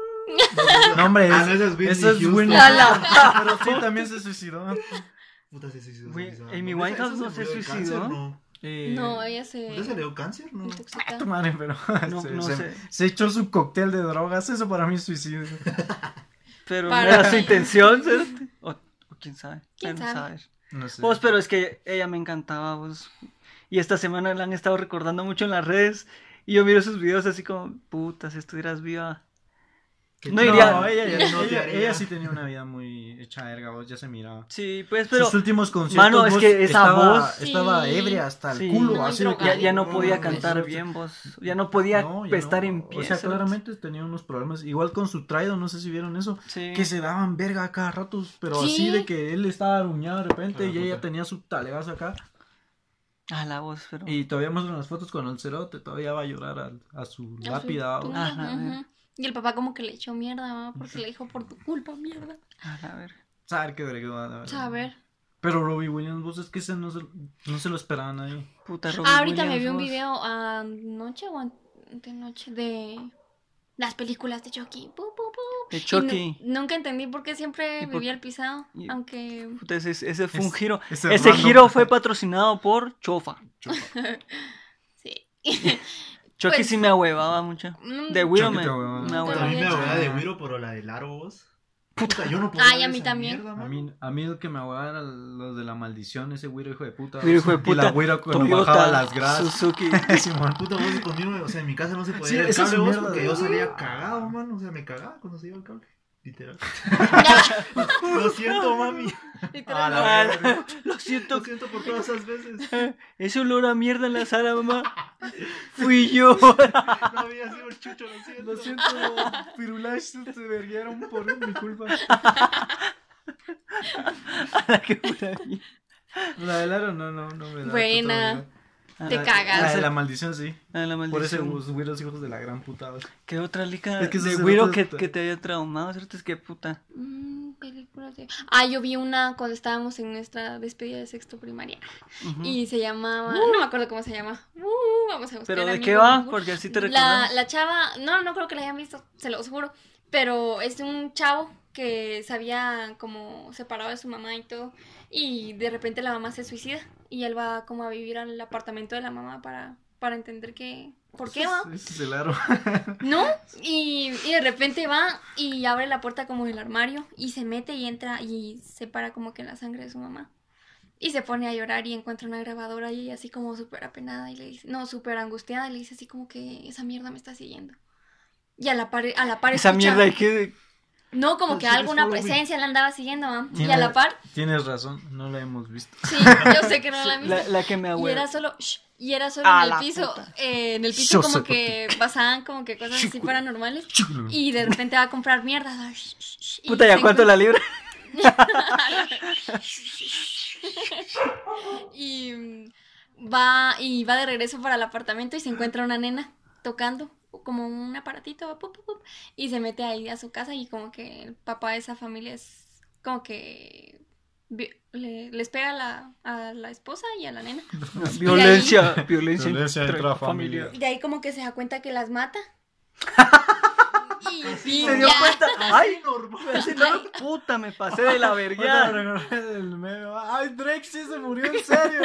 No, hombre, Ah, es, no, esa es Whitney esa es Houston. Whitney La- Houston. Pero sí, también se suicidó. Puta, se suicidó. se Güey, suicidó. Amy ¿Esa- Winehouse esa no se murió de suicidó. cáncer, ¿no? Eh, you. No, ella se ¿Ya se le dio cáncer? No. intoxica. Tu madre, pero No, se, no se- sé. se echó su cóctel de drogas. Eso para mí es suicidio. Pero Para- no era su intención, ¿cierto? O, o quién sabe. ¿Quién Bueno, sabe? saber. No sé. Vos, pero es que ella me encantaba, vos. Y esta semana la han estado recordando mucho en las redes. Y yo miro sus videos así como, puta, si estuvieras viva. Que No no, iría- No, ella, ella, no te ella, haría. ella sí tenía una vida muy hecha verga, vos ya se miraba. Sí, pues, pero Sus últimos conciertos, mano, es vos, que esa estaba, voz- estaba Sí. ebria hasta el Sí. culo, Muy así de que- ya, ya no No, podía no, cantar no, bien, vos. Ya no podía no, ya estar no. en pie. O sea, cerote. claramente tenía unos problemas. Igual con su traido, no sé si vieron eso. Sí. Que se daban verga a cada rato, pero Sí. así de que él estaba aruñado de repente Ah, y ella puta. tenía su talegazo acá. Ah, la voz, pero... Y todavía muestran las fotos con el cerote, todavía va a llorar a, a su A su lápida. ¿o? tumba, Ajá, ujú. Y el papá como que le echó mierda, ¿no? Porque le dijo, por tu culpa, mierda. Ah, a ver. Saber qué verga, la verdad. Saber. Pero Robbie Williams, vos es que ese no se, no se lo esperaban nadie. Puta, Robbie Ah, ahorita me Williams, vi un vos. video anoche o antenoche de las películas de Chucky. Pu, pu, pu. De Y nu- Chucky. nunca entendí por qué siempre ¿Y por vivía qué? el pisado, Y- aunque... Puta, ese, ese fue un Es- giro. es Ese random. giro fue patrocinado por Chofa. Sí. Chucky Pues- sí me ahuevaba mucho. Mm, De Widow Chucky me, te ahuevaba. me Pero A ahuevaba. mí me bien abuela de chévere. Wiro, pero la de Largos. Puta, yo no puedo Ay, ver a mí esa también. mierda, A mano. mí, a mí el que me aguaba era los de la maldición, ese güiro hijo de puta. Güiro hijo de Y la puta, güira cuando Toyota, bajaba las gradas. Suzuki. Simón. Puta, vos conmigo, o sea, en mi casa no se podía Sí, ir el esas cable, vos, mierdas, porque ¿no? yo salía cagado, mano. O sea, me cagaba cuando se iba el cable. Literal. Lo siento, mami. Literal, la Ah, verga. Lo siento, Lo siento por todas esas veces. ese olor a mierda en la sala, mamá. Fui yo. No había sido el chucho, lo siento. Lo siento, Pirulash, se verguieron por mi culpa. Qué puta mierda. La del aro no, no, no me da. Buena. puta Te La- cagas. La de la maldición, sí. Ah, la Por eso maldición. los güiros hijos de la gran puta. ¿ves? ¿Qué otra lica Es que esos de cerotes güiro que, está- que te haya traumado? ¿Cierto? Es que puta. Mm, películas de... Ah, yo vi una cuando estábamos en nuestra despedida de sexto primaria. Ujú. Y se llamaba... No me acuerdo cómo se llama. Uh, vamos a buscar. ¿Pero de amigo qué va? Google. Porque así te La, recordamos. la chava... No, no creo que la hayan visto, se los juro. Pero es un chavo que se había como separado de su mamá y todo. Y de repente la mamá se suicida. Y él va como a vivir al apartamento de la mamá para, para entender que... ¿Por qué va? Ese es el aro. ¿No? Y, y de repente va y abre la puerta como del armario y se mete y entra y se para como que en la sangre de su mamá. Y se pone a llorar y encuentra una grabadora y ella así como súper apenada y le dice, no, súper angustiada y le dice así como que esa mierda me está siguiendo. Y a la par, a la par Esa escucha- mierda, ¿y qué? No, como que Sí, alguna follow me. presencia la andaba siguiendo, ¿no? Y Tiene- a la par, Tienes razón, no la hemos visto. sí, yo sé que no la he visto. La, la que me Y ahueva. era solo, shh, y era solo A en la el piso, puta. eh, en el piso Yo como sé que pasaban como que cosas así Chico. paranormales. Y de repente va a comprar mierda. shh, shh, shh, y Puta, ¿ya se cuánto encuentra- la libra? Y mm, va y va de regreso para el apartamento y se encuentra una nena tocando como un aparatito va, pup, pup, pup, y se mete ahí a su casa y como que el papá de esa familia es como que vi- le- les pega a la, a la esposa y a la nena. Violencia, violencia, Violencia intrafamiliar. intrafamiliar. Y de ahí como que se da cuenta que las mata. Y, y Se dio ya. cuenta. Ay, normal. así no, puta, me pasé de la Otra, verga. me acordé del meme. Ay, Drake sí se murió en serio.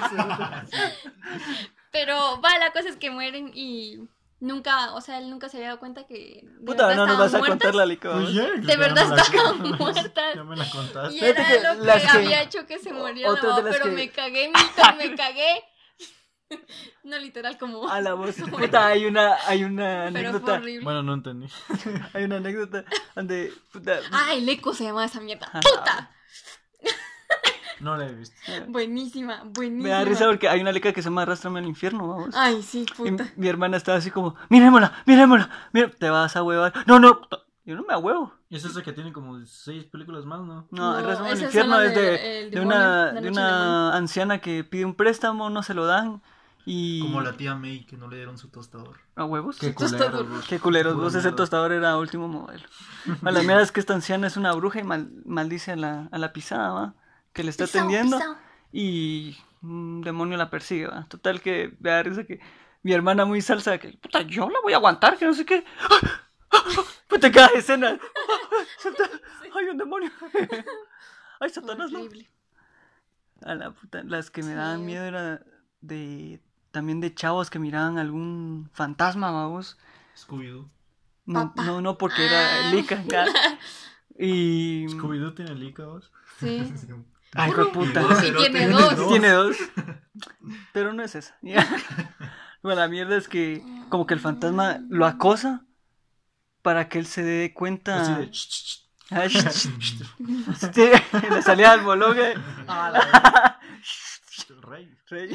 Pero va, la cosa es que mueren y nunca, o sea, él nunca se había dado cuenta que de Puta, verdad no nos estaban vas a muertas. contar la lica. Pues vamos. ya, creo De que verdad ya me la- estaban muertas. Ya me la contaste. Y Fíjate era que lo que las que- había hecho que se muriera la otras de mamá, las pero que- me cagué, Milton, me cagué. No literal como... A la voz. Puta, hay una, hay una pero fue anécdota. horrible. Bueno, no entendí. Hay una anécdota donde. Puta. Ah, el eco se llamaba esa mierda. Ajá. ¡Puta! No la he visto. Buenísima, buenísima. Me da risa porque hay una lica que se llama Arrástrame al infierno, vamos. Ay, sí, Y puta. mi hermana estaba así como, mirémosla, mirémosla, mira, te vas a huevar. No, no, yo no me ahuevo. Y es esa que tiene como seis películas más, ¿no? No, No, Arrástrame al esa es infierno una es de- de, el de demonio, una, la de noche del una anciana que pide un préstamo, no se lo dan y... Como la tía May que no le dieron su tostador. ¿A huevos? Qué Tostador. culero, bro. Qué culeros, Pura vos ese mierda. tostador era último modelo. A la mierda es que esta anciana es una bruja y mal- maldice a la, a la pisada, ¿va? Que le está Pisao, atendiendo pisao. y un demonio la persigue, ¿va? Total que me da risa que mi hermana muy salsa, que puta, yo la voy a aguantar, que no sé qué. Puta, cada escena. Ay, un demonio. Ay, Satanás, no. Horrible. A la puta, las que me Sí. daban miedo era de también de chavos que miraban algún fantasma, vamos. Scooby-Doo. No, Papá. no, no, porque era Ah. lica. ya. Y. Scooby-Doo tiene lica, vos. Sí. Ay, hijo de puta. Y dos Y tiene cerotes. dos. Tiene dos. Pero no es esa. Bueno, la mierda es que como que el fantasma lo acosa para que él se dé cuenta. Así de... ch, ch, ch. Ay, sí, le salía al bologue. Ah, la- Rey. Rey.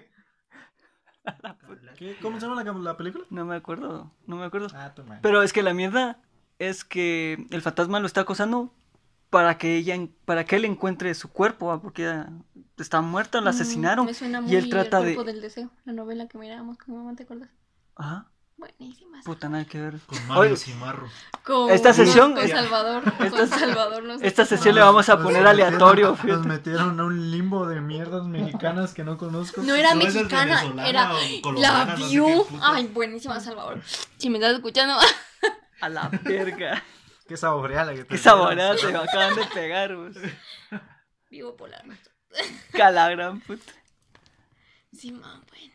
¿Qué? ¿Cómo se llama la, la película? No me acuerdo, no me acuerdo. Ah, toma. Pero es que la mierda es que el fantasma lo está acosando para que ella, para que él encuentre su cuerpo, ¿va? Porque ella está muerta, la asesinaron. Mm, me suena y él muy trata El de... cuerpo del deseo, la novela que mirábamos con mi mamá, ¿te acuerdas? Ajá, Buenísima. puta, nada que ver. Con Oye, Mario Cimarro. Con, Esta sesión- con Salvador. esta- Con Salvador no sé esta cómo. sesión le vamos a Nos poner metieron- aleatorio, Nos fíjate. metieron a un limbo de mierdas mexicanas que no conozco. No era No, esa es mexicana, venezolana era o la colombiana, no sé vio. qué puta. Ay, buenísima, Salvador. Si me estás escuchando, A la verga. Qué saboreada la que te Qué saboreada te acaban de pegar, vos. vivo por la noche. Calagran, puta. Sí, man, buena.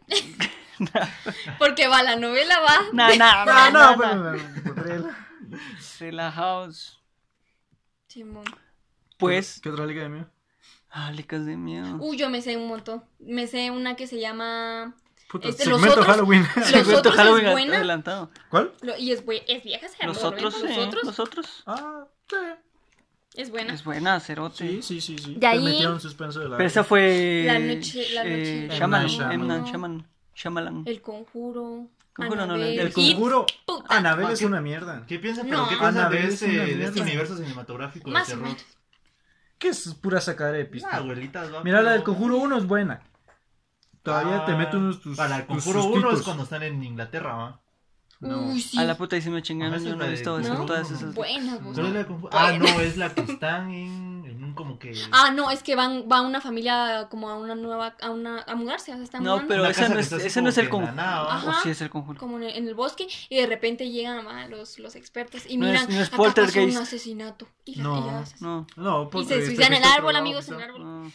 Porque va, la novela va. No, no, No, no, no, no, pero... pero- pero- Relajaos. Simón. Pues... ¿Qué otra liga de mío? Ah, licas de miedo. Uy, yo me sé un montón. Me sé una que se llama. Puta, Este, los segmento otros- Halloween. Los Segmento otros Halloween es buena. adelantado. ¿Cuál? Lo- y es, bue- es vieja, se Los llama otros, Los sí, otros. los otros. Ah, sí. Es buena. Es buena, cerote. Sí, sí, sí, sí. De ahí- Te metieron suspenso de la... Pero esa fue... La noche- la noche- Eh, M. Shyamalan, Night M. Night Shyamalan. Shyamalan. Shyamalan. El conjuro. Conjuro no, Annabelle, el El It, conjuro... puta. Anabel Ah, es ¿qué- una mierda. ¿Qué piensan? No. ¿Pero qué piensan de, Annabelle es ese, una de este mierda. universo cinematográfico de Más o terror? menos. Que es pura sacadera de Ah, pista. abuelitas, va. Mira, la del pero- conjuro uno es buena. Todavía te Ah, mete unos tus Para el tus conjuro uno es sustitos. cuando están en Inglaterra, ¿va? No. Uy, sí. A la puta y se me chingaron, Ajá, esa yo es no he la de- visto esas- ¿No? todas esas. Buenas, vos. ¿Cuál es la del conjuro? Ah, no, es la que están en, en un como que... Ah, no, es que van, va una familia como a una nueva, a una, a mudarse, o sea, están No, mudando pero Una ese casa no que es, está así ese no como es el que en la conjuro. nada, ¿va? Ajá. O sí es el conjuro. como en el, en el bosque y de repente llegan ah, los, los expertos y No es- miran, no es acá pasó poltergeist. un asesinato. Y, la- No. y ya se- No, No, y porque se este suicidan en el efecto árbol, probado, amigos, en el ¿no? árbol. no.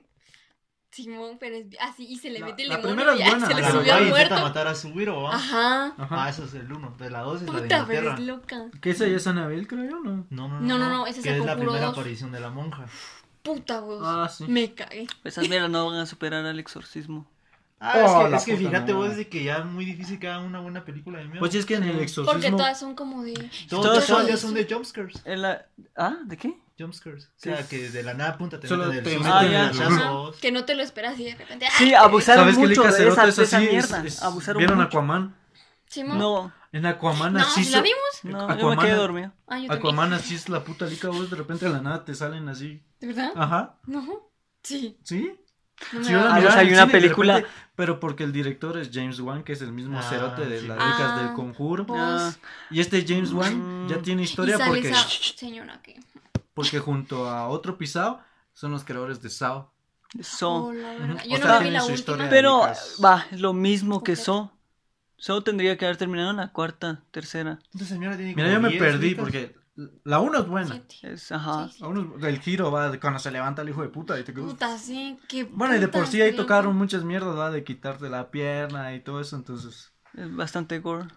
Simón, pero es así y se le La- mete el la demonio primera y es ya buena, se le la Pero subió va al y intenta muerto. matar a su güiro, ¿va? Ajá. Ajá. Ah, eso es el uno. De la dos es la de Puta, pero Inglaterra. es loca. Que esa ya es Anabel, creo yo, ¿no? No, no, no. No, no, no, ese es que el es la Conjuro primera dos. aparición de la monja. Puta, vos. Ah, sí. Me cagué. Esas mierdas no van a superar al exorcismo. Ah, Oh, es que, la es que puta fíjate madre. vos de que ya es muy difícil que hagan una buena película de miedo. Pues sí, es que en el Sí. exorcismo... Porque todas son como de. todos, todas todas son- ya son de jumpscares. En la... ¿Ah? ¿De qué? Jumpscares. O Sí. sea, que de la nada punta te Solo meten te el meten susto, el- el Ah, hachazo. Que no te lo esperas y de repente. ¡ah! Sí, abusaron ¿Sabes qué mucho de Licacerote esa, es de esa así? Es- mierda. es- Abusaron ¿Vieron mucho. Aquaman? Simón. No, En Aquaman No, así... ¿sí la so- vimos? no, yo me Aquaman- quedé dormido. Ah, yo también. Aquaman así es la puta lica, vos de repente de la nada te salen así. ¿De verdad? Ajá. No. Sí. ¿Sí? No me Sí, yo la daba- Ah, miraba pues hay en el una cine y de película- repente- pero porque el director es James Wan, que es el mismo Ah, cerote de sí. las Ah. ricas del conjuro. Vos. Ah, Y este James Wan Mm. ya tiene Y historia sale porque, esa señora que. porque junto a otro pisado son los creadores de Saw. So. Oh, la verdad. Ujú. Yo O no sea, la vi tiene la su última. historia. Pero Licas. va, es lo mismo que Completa. So. So tendría que haber terminado en la cuarta, tercera. Esta señora tiene Mira, como yo me diez perdí ricas. porque la uno es buena. Siete. Es, ajá. Sí, sí. La uno es- el giro va de cuando se levanta el hijo de puta y te quedas- Puta, sí. Qué Bueno, y de por putas, sí ahí creo. tocaron muchas mierdas, ¿va? De quitarte la pierna y todo eso, entonces... Es bastante gore.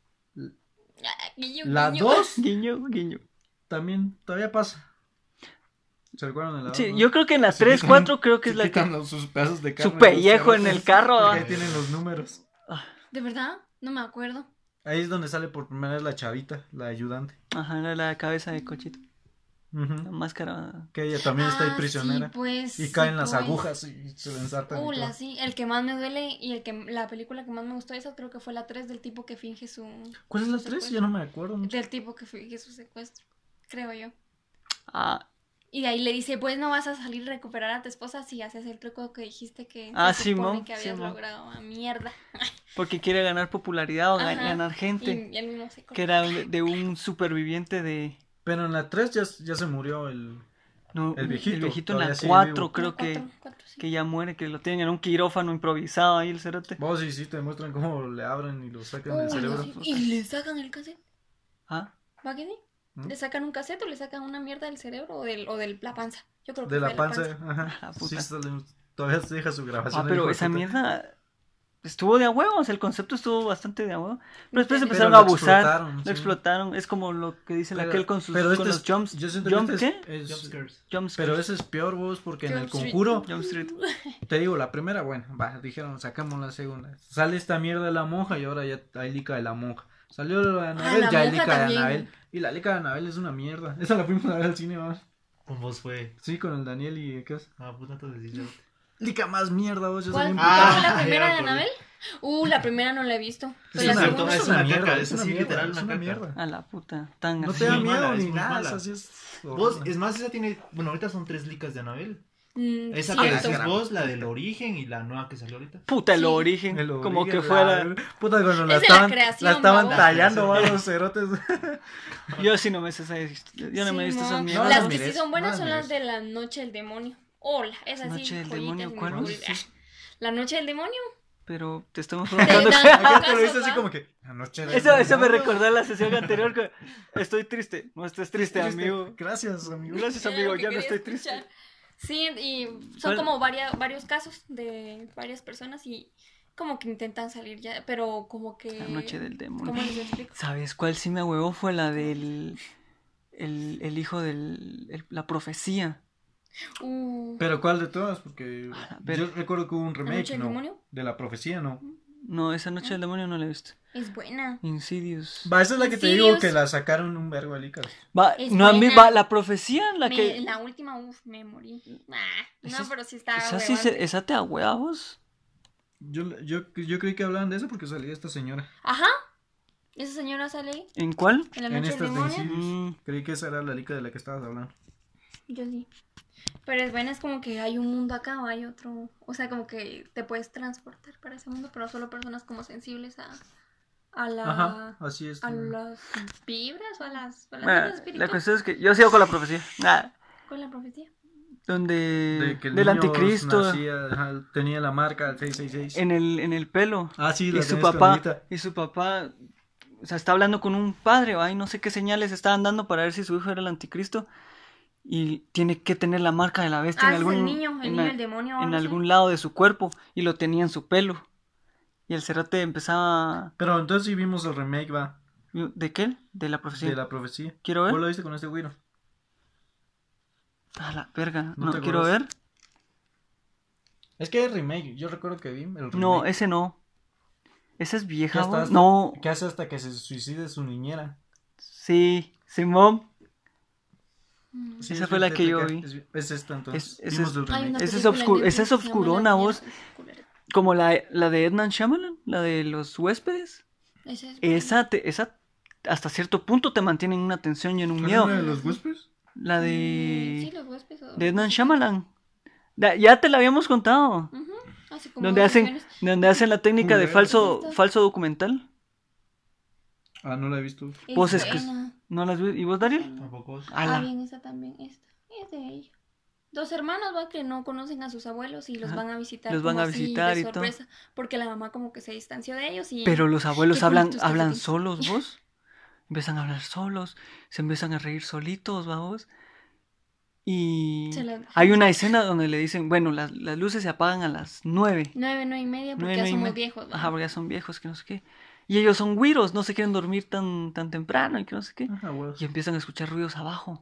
Ah, guiño, La guiño. dos Guiño, guiño. también todavía pasa. ¿Se recuerdan de la Sí, dos, no? yo creo que en la Se tres, quitan- cuatro creo que se es la quitan que... los- sus pedazos de carne. Su pellejo en el carro. Porque ¿va? ahí tienen los números. ¿De verdad? No me acuerdo. Ahí es donde sale por primera vez la chavita, la ayudante. Ajá, era la cabeza de cochito. La Ujú. máscara. Que ella también está ahí Ah, prisionera. Sí, pues. Y caen sí, las pues. agujas y se le ensartan. y Uh, la todo. sí. El que más me duele y el que la película que más me gustó de esa creo que fue la tres del tipo que finge su. ¿Cuál es la su tres? secuestro. Ya no me acuerdo mucho. Del tipo que finge su secuestro. Creo yo. Ah, Y de ahí le dice, pues no vas a salir a recuperar a tu esposa si haces el truco que dijiste que Ah, se supone Simón, que habías Simón. logrado. A mierda. porque quiere ganar popularidad o ga- Ajá. ganar gente. Y, y él mismo se Que era de, de un superviviente de... Pero en la tres ya, ya se murió el... No, El viejito, El viejito en todavía la sigue cuatro vivo. creo Ah, que, cuatro, cuatro, sí. que ya muere, que lo tienen en un quirófano improvisado ahí el cerote. Vos sí, sí, te muestran cómo le abren y lo sacan del Uy, cerebro. sí. Y le sacan el cassette. Ah, ¿Va que sí? ¿Mm? ¿Le sacan un cassette o le sacan una mierda del cerebro o del, o de la panza? Yo creo que De fue la panza, ajá. Ah, puta. Sí, sale- todavía se deja su grabación. ah el hijo pero de esa puta. mierda estuvo de a huevo, o sea, el concepto estuvo bastante de a huevo. Pero después Pero empezaron lo a abusar, explotaron, lo sí. explotaron. Es como lo que dice Pero- aquel con sus pero con este los es- jumps. yo siento ¿Jump que este qué? es- es- Jumpscares. Jump pero scares. ese es peor, vos, porque en el Jump Street. conjuro, Jump Street. te digo, la primera, bueno, va, dijeron, sacamos la segunda. Sale esta mierda de la monja y ahora ya hay lica de la monja. Salió la de Anabel, la ya hay monja lica de también. Anabel. Y la lica de Anabel es una mierda. Esa la fuimos a ver al cine, vamos. Con vos fue. Sí, con el Daniel y ¿qué es? Ah, puta, te decís. Lica más mierda, vos. Yo soy ¿Cuál, un cuál Ah, fue la ya primera me de acordé. Anabel? Uh, la primera no la he visto. Es Pero la una, segunda. es es una una caca, mierda, es es una así, mierda, literal, es una una caca. mierda. A la puta, tan No así. te da muy miedo mala, es ni muy nada, mala. es así es Vos, horrible. es más, esa tiene. Bueno, ahorita son tres licas de Anabel. Mm, Esa cierto. que decís vos, la del origen y la nueva que salió ahorita. Puta, el Sí. origen. El Como origen, que fuera. la- Puta, cuando la Es de la estaban, creación, la estaban babos. tallando, La va, creación. los cerotes. Yo sí no me sé esa. Yo no me he visto esas Simón. mierdas. No, Las las que sí mires, son buenas no son las las de la Noche del Demonio. Hola, es así. Noche del joyitas Demonio, y ¿cuál? oscuridad. La Noche del Demonio. Pero te estamos Te preguntando. dan Acá te lo casos, viste así ¿va? como que la noche del Eso, eso me demonio. recordó a la sesión anterior. Que estoy triste. No estés triste, Triste. amigo. Gracias, amigo. Gracias, Era amigo. lo que Ya no quería estoy triste. escuchar. Sí, y son ¿Cuál? como varias, varios casos de varias personas y como que intentan salir ya, pero como que... La noche del demonio. ¿Cómo les explico? ¿Sabes cuál sí me huevó? Fue la del. El, el hijo del. el- la profecía. Uh, Pero ¿cuál de todas? Porque A la verga. yo recuerdo que hubo un ¿La remake, Noche del ¿no? Demonio? De la profecía, ¿no? No, esa noche del demonio no la he visto. es buena. Insidious. Va, esa es la que te Insidious. digo que la sacaron un vergo de licas. Va, Es no, a mí buena. va la profecía, la Me- que. La última, uff, me morí. Ah, Esa no, es- pero sí está Esa sí se- esa te ahuevos. Yo, yo, yo creí que hablaban de eso porque salía esta señora. Ajá. Esa señora sale ahí, ¿En cuál? en la En Noche del estas de Demonio. Insidious. Mm, Creí que esa era la lica de la que estabas hablando. Yo sí. Pero es buena, es como que hay un mundo acá o hay otro. O sea, como que te puedes transportar para ese mundo, pero solo personas como sensibles a, a la. Ajá, así es. a las vibras o a las. A las bueno, cosas la espirituales. cuestión es que yo sigo con la profecía. Ah, Con la profecía. donde. De que el del niño anticristo. nacía, ajá, tenía la marca seiscientos sesenta y seis. En el, en el pelo. Ah, sí, Y la su tenés papá. clarita. Y su papá. O sea, está hablando con un padre, ¿va? Y no sé qué señales estaban dando para ver si su hijo era el anticristo. Y tiene que tener la marca de la bestia Ah, en ese algún. es el niño, el en, niño, a- el demonio. o en algo así. algún lado de su cuerpo. Y lo tenía en su pelo. Y el cerote empezaba. Pero entonces sí vimos el remake, va, ¿De qué? De la profecía. de la profecía. Quiero ver. ¿Vos lo viste con este güiro? A la verga. ¿No No, te quiero acuerdas? ver. Es que es remake, yo recuerdo que vi el remake. No, ese no. Esa es Que vieja, hasta- ¿vos? No. Que hace hasta que se suicide su niñera. Sí, Simón. Mm. Sí, Esa es fue la que yo tétrica. vi. Es, es esta entonces. Es- ese Vimos es- el Hay remake. una Esa es película en obscur- Netflix esa es que se llama obscurona, La vos. Mierda Culera. Como la, la de Ednan Shyamalan, la de los huéspedes. Esa es Esa, te- esa hasta cierto punto te mantiene en una tensión y en un ¿Cuál miedo. era de los huéspedes? La Mm, Sí, de... los huéspedes. o- De Ednan Shyamalan. Da- Ya te la habíamos contado. Ujú, hace como Donde dos hacen, sesiones. donde hacen la técnica de Culero. falso, Listo. falso documental. Ah, no la he visto. Es Vos es que- buena. ¿No las vi- ¿Y vos, Dariel? Tampoco. A Ah, la- bien, esta también, esta. Es de ella. Dos hermanos, va, que no conocen a sus abuelos y los Ajá. van a visitar. Los van como a así, visitar de y todo. sorpresa, porque la mamá como que se distanció de ellos y... Pero los abuelos Qué hablan, bonitos hablan calcetines. solos, vos. Empiezan a hablar solos. Se empiezan a reír solitos, vamos. Y Se la- hay una escena donde le dicen, bueno, las, las luces se apagan a las nueve. Nueve, nueve y media, porque Nueve, ya nueve y somos me- viejos. ¿va? Ajá, porque ya son viejos, que no sé qué. Y ellos son güiros, no se quieren dormir tan, tan temprano y que no sé qué. Ajá, huevos. Y empiezan a escuchar ruidos abajo.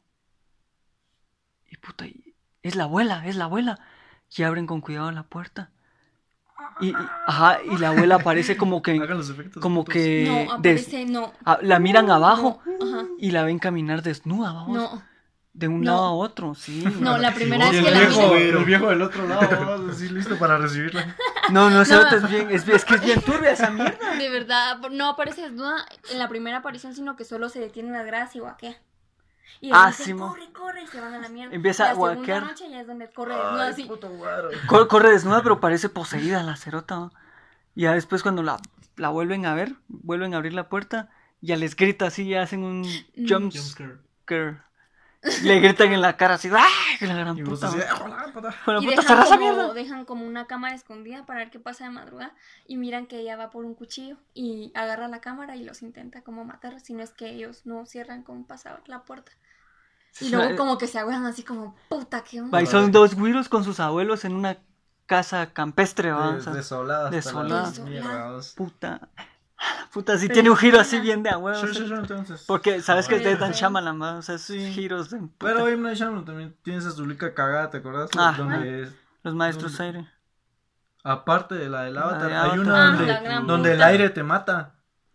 Y puta, y- es la abuela, es la abuela. Y abren con cuidado la puerta. Y, y- ajá, y la abuela aparece como que, Hagan los efectos. como putos. que No, des- aparece, no. ah, la miran abajo No, ajá, y la ven caminar desnuda, vamos. no. De un No. lado a otro, sí. No, la primera Y vez el que la viejo, miran... el viejo del otro lado, vamos, así listo para recibirla. No, no, esa No. otra es bien, es, es que es bien turbia esa mierda. De verdad, no aparece desnuda en la primera aparición, sino que solo se detiene en las gradas y guaquea. Y Ah, dice, sí, mo. corre, corre, y se van a la mierda. Empieza la a guaquear. segunda noche ya es donde corre desnuda Ay, así. puto guaro. Cor- Corre desnuda, pero parece poseída la cerota, ¿no? Y ya después cuando la, la vuelven a ver, vuelven a abrir la puerta, ya les grita así, ya hacen un Mm. jump Jumpscare. scare. Le gritan en la cara así, ¡ah! Que la gran Y vos puta. así, ¿no? "Ah, hola, puta". Bueno, Y puta, dejan cerra esa como, mierda. dejan como una cámara escondida para ver qué pasa de madrugada. Y miran que ella va por un cuchillo y agarra la cámara y los intenta como matar. Si no es que ellos no cierran con un pasador la puerta. Y luego como que se aguan así como, puta, qué onda. Va, y son dos güiros con sus abuelos en una casa campestre, ¿va? De- O sea, desolada. hasta desolada. la mierda, vos. puta. Puta, sí tiene un giro así bien de a huevo. Sí, o sea, sí, sí, entonces. Porque sabes que es de Bueno, Dan sí. Shyamalan, ¿va? O sea, es Sí. giros de... puta. Pero M. Night Shyamalan también tiene esa Zulica cagada, ¿te acuerdas? Ah. Donde es- Los maestros ¿Dónde? aire. aparte de la del La Avatar, de hay Avatar. una Ah, donde, la gran donde el puta. aire te mata.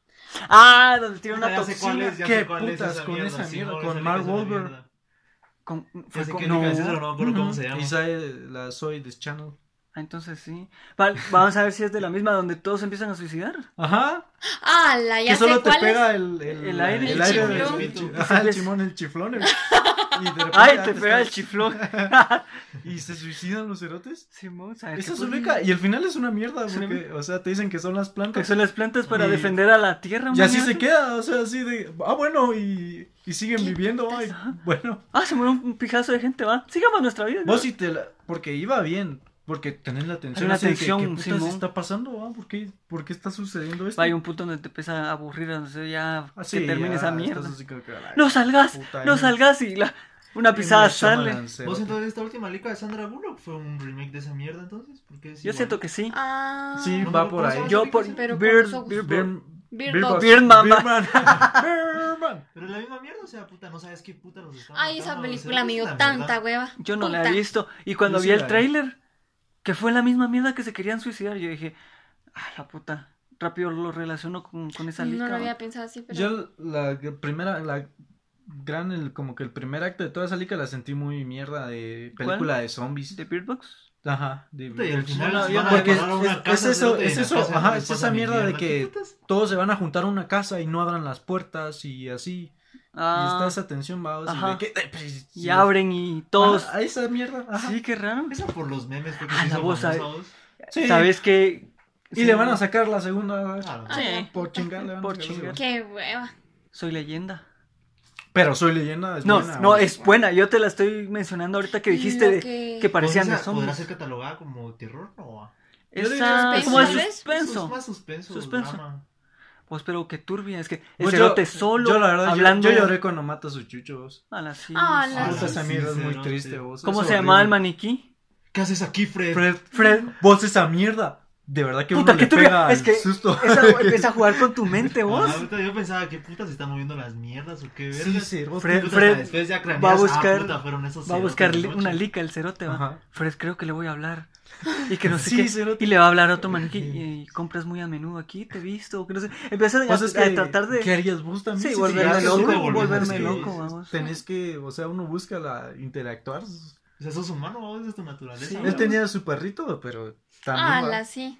Ah, donde tiene una Ya sé cuál toxina. es, ya ¿Qué sé cuál es putas esa con mierda, esa sí, mierda? no, Con esa liga Mark es una Wahlberg. mierda. Con, Ya fue sé con- qué no. liga es esa, pero no me acuerdo cómo Ujú. se llama. Y sale la Zoe de Channel. Ah, entonces sí. Va- vamos a ver si es de la misma donde todos empiezan a suicidar. Ajá. Ah, la ya Que solo sé te cuál pega es. el, el, El aire. el El aire chiflón. del chi- ajá, el chimón, el chiflón. eh. Y de repente Ay, ya te pega el estás- chiflón. Y se suicidan los cerotes. Simón, ¿sabes Esa qué es fue? Zulica. Y al final es una mierda. Es una Porque, o sea, te dicen que son las Que plantas. son las plantas para Y- defender a la tierra. Y una así mierda se queda. O sea, así de. Ah, bueno. Y, y siguen ¿Qué viviendo. putas? Ay, bueno. Ah, se murió un pijazo de gente, va. Sigamos nuestra vida. ¿no? Vos sí te la. Porque iba bien. Porque tenés la atención. Hay una así de que, tensión, ¿qué putas Simón. está pasando? ah? ¿Por qué, ¿Por qué está sucediendo esto? Va, hay un punto donde te empieza a aburrir, o sea, ya Ah, sí, que termine ya, esa mierda. estás así como que, ay, No salgas, puta, no y- salgas y la, una y pisada me llaman sale. al cerote. ¿Vos entonces esta última liga de Sandra Bullock fue un remake de esa mierda entonces? ¿Por qué es Yo igual? siento que sí. Ah. Sí, No, va no, por ¿cómo ahí. se llama? Yo por Pero con Beard, los ojos. Beard- Beer- Beard Beer Box. Box. Beard Mama. Beerman. Beerman. Pero es la misma mierda, o sea, puta, no sabes qué puta los están Ay, esa matando, película o sea, me es dio la tanta verdad. hueva. Yo no la Puta. he visto. Y cuando Yo sí vi el la vi. tráiler, que fue la misma mierda que se querían suicidar, yo dije, ah, la puta. Rápido lo relaciono con, con esa liga. No lo ¿va? había pensado así, pero. Yo la primera, la gran, el, como que el primer acto de toda esa liga la sentí muy mierda de película de zombies. ¿De Beard Box? Ajá. De, Puta, y al final No, se yo van a no- porque es, parar a una es- casa, es eso, cerote, y es en la eso, casa ajá, les es pasa esa mierda de mierda. ¿Qué que putas? todos se van a juntar a una casa y no abran las puertas y así. Y Ah, está esa tensión, va, o sea, ajá. de que, eh, pues, y sí, abren y todos... Ajá, a esa mierda, ajá. Sí, qué raro. Esa por los memes fue que Ah, se la hizo voz, famosa, ¿sabes? vos. Sí. ¿Sabes qué? Y Sí, le van a sacar la segunda, Claro. Ah, Sí. por chingar, le van a Por sacar la chingar. segunda. Qué hueva. Soy leyenda. Pero Soy Leyenda es No, buena, no, ¿no? es buena. Yo te la estoy mencionando ahorita que dijiste Lo de, que- que parecían de ¿Podrá ser- ¿Podrá zombies. ser catalogada como terror o...? Yo diría Esa, suspenso, como de ¿tal vez? Es suspenso. más suspenso. Suspenso. drama. Pues pero que turbia, es que el Pues cerote yo- solo yo, la verdad, yo- hablando... yo, lloré cuando mata a sus chuchos. A la sí, Ah, sí. la- Puta, esa sí, mierda es muy cerote. triste, vos. ¿Cómo es se llamaba el horrible. maniquí? ¿Qué haces aquí, Fred? Fred, Fred. vos esa mierda. De verdad que Puta, uno qué le turbia. pega Es al que susto. esa empieza a jugar con tu mente, vos. Ah, puta, yo pensaba, ¿qué puta se están moviendo las mierdas o qué Sí, verga? sí, vos- Fred- Puta, Fred hasta después ya craneas, va a buscar- ah, puta, fueron esos Va a cerotes buscar de li- noche. una lica el cerote, va. Ajá. Fred, creo que le voy a hablar. Y que no sé Sí, qué. cerote. Y le va a hablar a otro maniquí. Y, y compras muy a menudo aquí, te he visto. Que no sé. Empieza a, Pues es a que, tratar de. ¿qué harías vos también? Sí, Si volverme llegas loco, solo, volverme volverme sí, loco, sí, vamos. Tenés que, o sea, uno busca la interactuar. O sea, sos humano, vos, es tu naturaleza. Sí. ¿no? Él tenía su perrito, pero también. Ah, va. la sí.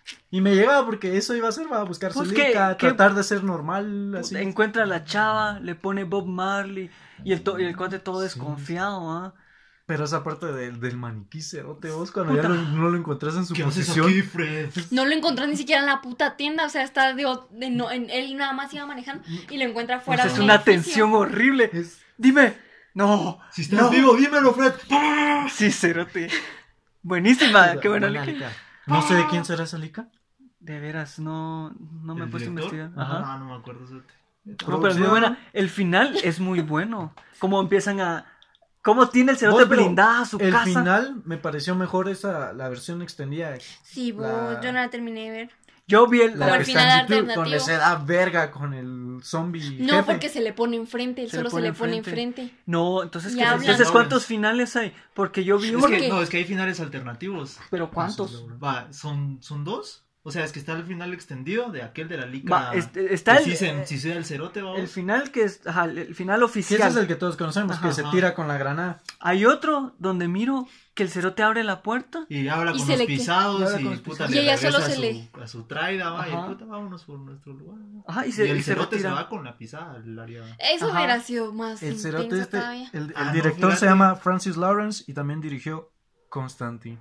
Y me llegaba porque eso iba a ser, va a buscar su Pues que- lica, que- tratar de ser normal, así. Encuentra a la chava, le pone Bob Marley. Y el, to- y el cuate todo Sí. desconfiado, ¿ah? Pero esa parte del, del maniquí cerote, vos cuando ya Puta. lo- no lo encontrás en su ¿Qué haces posición. aquí, Fred? No lo encontró ni siquiera en la puta tienda. O sea, está de, de no, en- él nada más iba manejando y lo encuentra fuera Pues es de un una edificio. tensión horrible. Es- Dime. No. Si estás no. vivo, dímelo, Fred. Sí, cerote. Buenísima, qué buena Buena lica. lica. No sé de quién será esa lica. De veras, no, no me he ¿El puesto a director? investigar. Ajá. Ajá. No, no me acuerdo. cerote. No, pero es muy Producción. buena. El final es muy bueno. Cómo empiezan a... Cómo tiene el Vos, cerote pero blindada su El casa. final me pareció mejor esa, la versión extendida. Sí, vos, La- yo no la terminé de ver. Yo vi el... Como La el que final está en YouTube, alternativo. donde se da verga con el zombie No, jefe. porque se le pone enfrente, él Se le solo se pone le pone enfrente. enfrente. No, entonces, Y ¿qué- hablan. entonces ¿cuántos finales hay? Porque yo vi Es uno. que, qué? no, es que hay finales alternativos. ¿Pero cuántos? Va, son, son dos. O sea, es que está el final extendido de aquel de la liga. Va, este- está que el, sí se, eh, sí se da el cerote, vamos. el final que es... Ajá, el final Que oficial. ese es el que todos conocemos, Ajá. que se Ajá. tira con la granada. Hay otro donde miro que el cerote abre la puerta. Y habla Y con se los le que- y pisados habla y, con los puta, pisados. le Y ella regresa solo a se su, le- a su traida, va, y Ajá. puta, vámonos por nuestro lugar. ¿no? Ajá, y Y, se, y el se cerote se retira. va con la pisada al área. Eso Ajá. hubiera sido más El cerote intenso este, todavía. el, el Ah, no, director se fíjate. llama Francis Lawrence y también dirigió Constantine.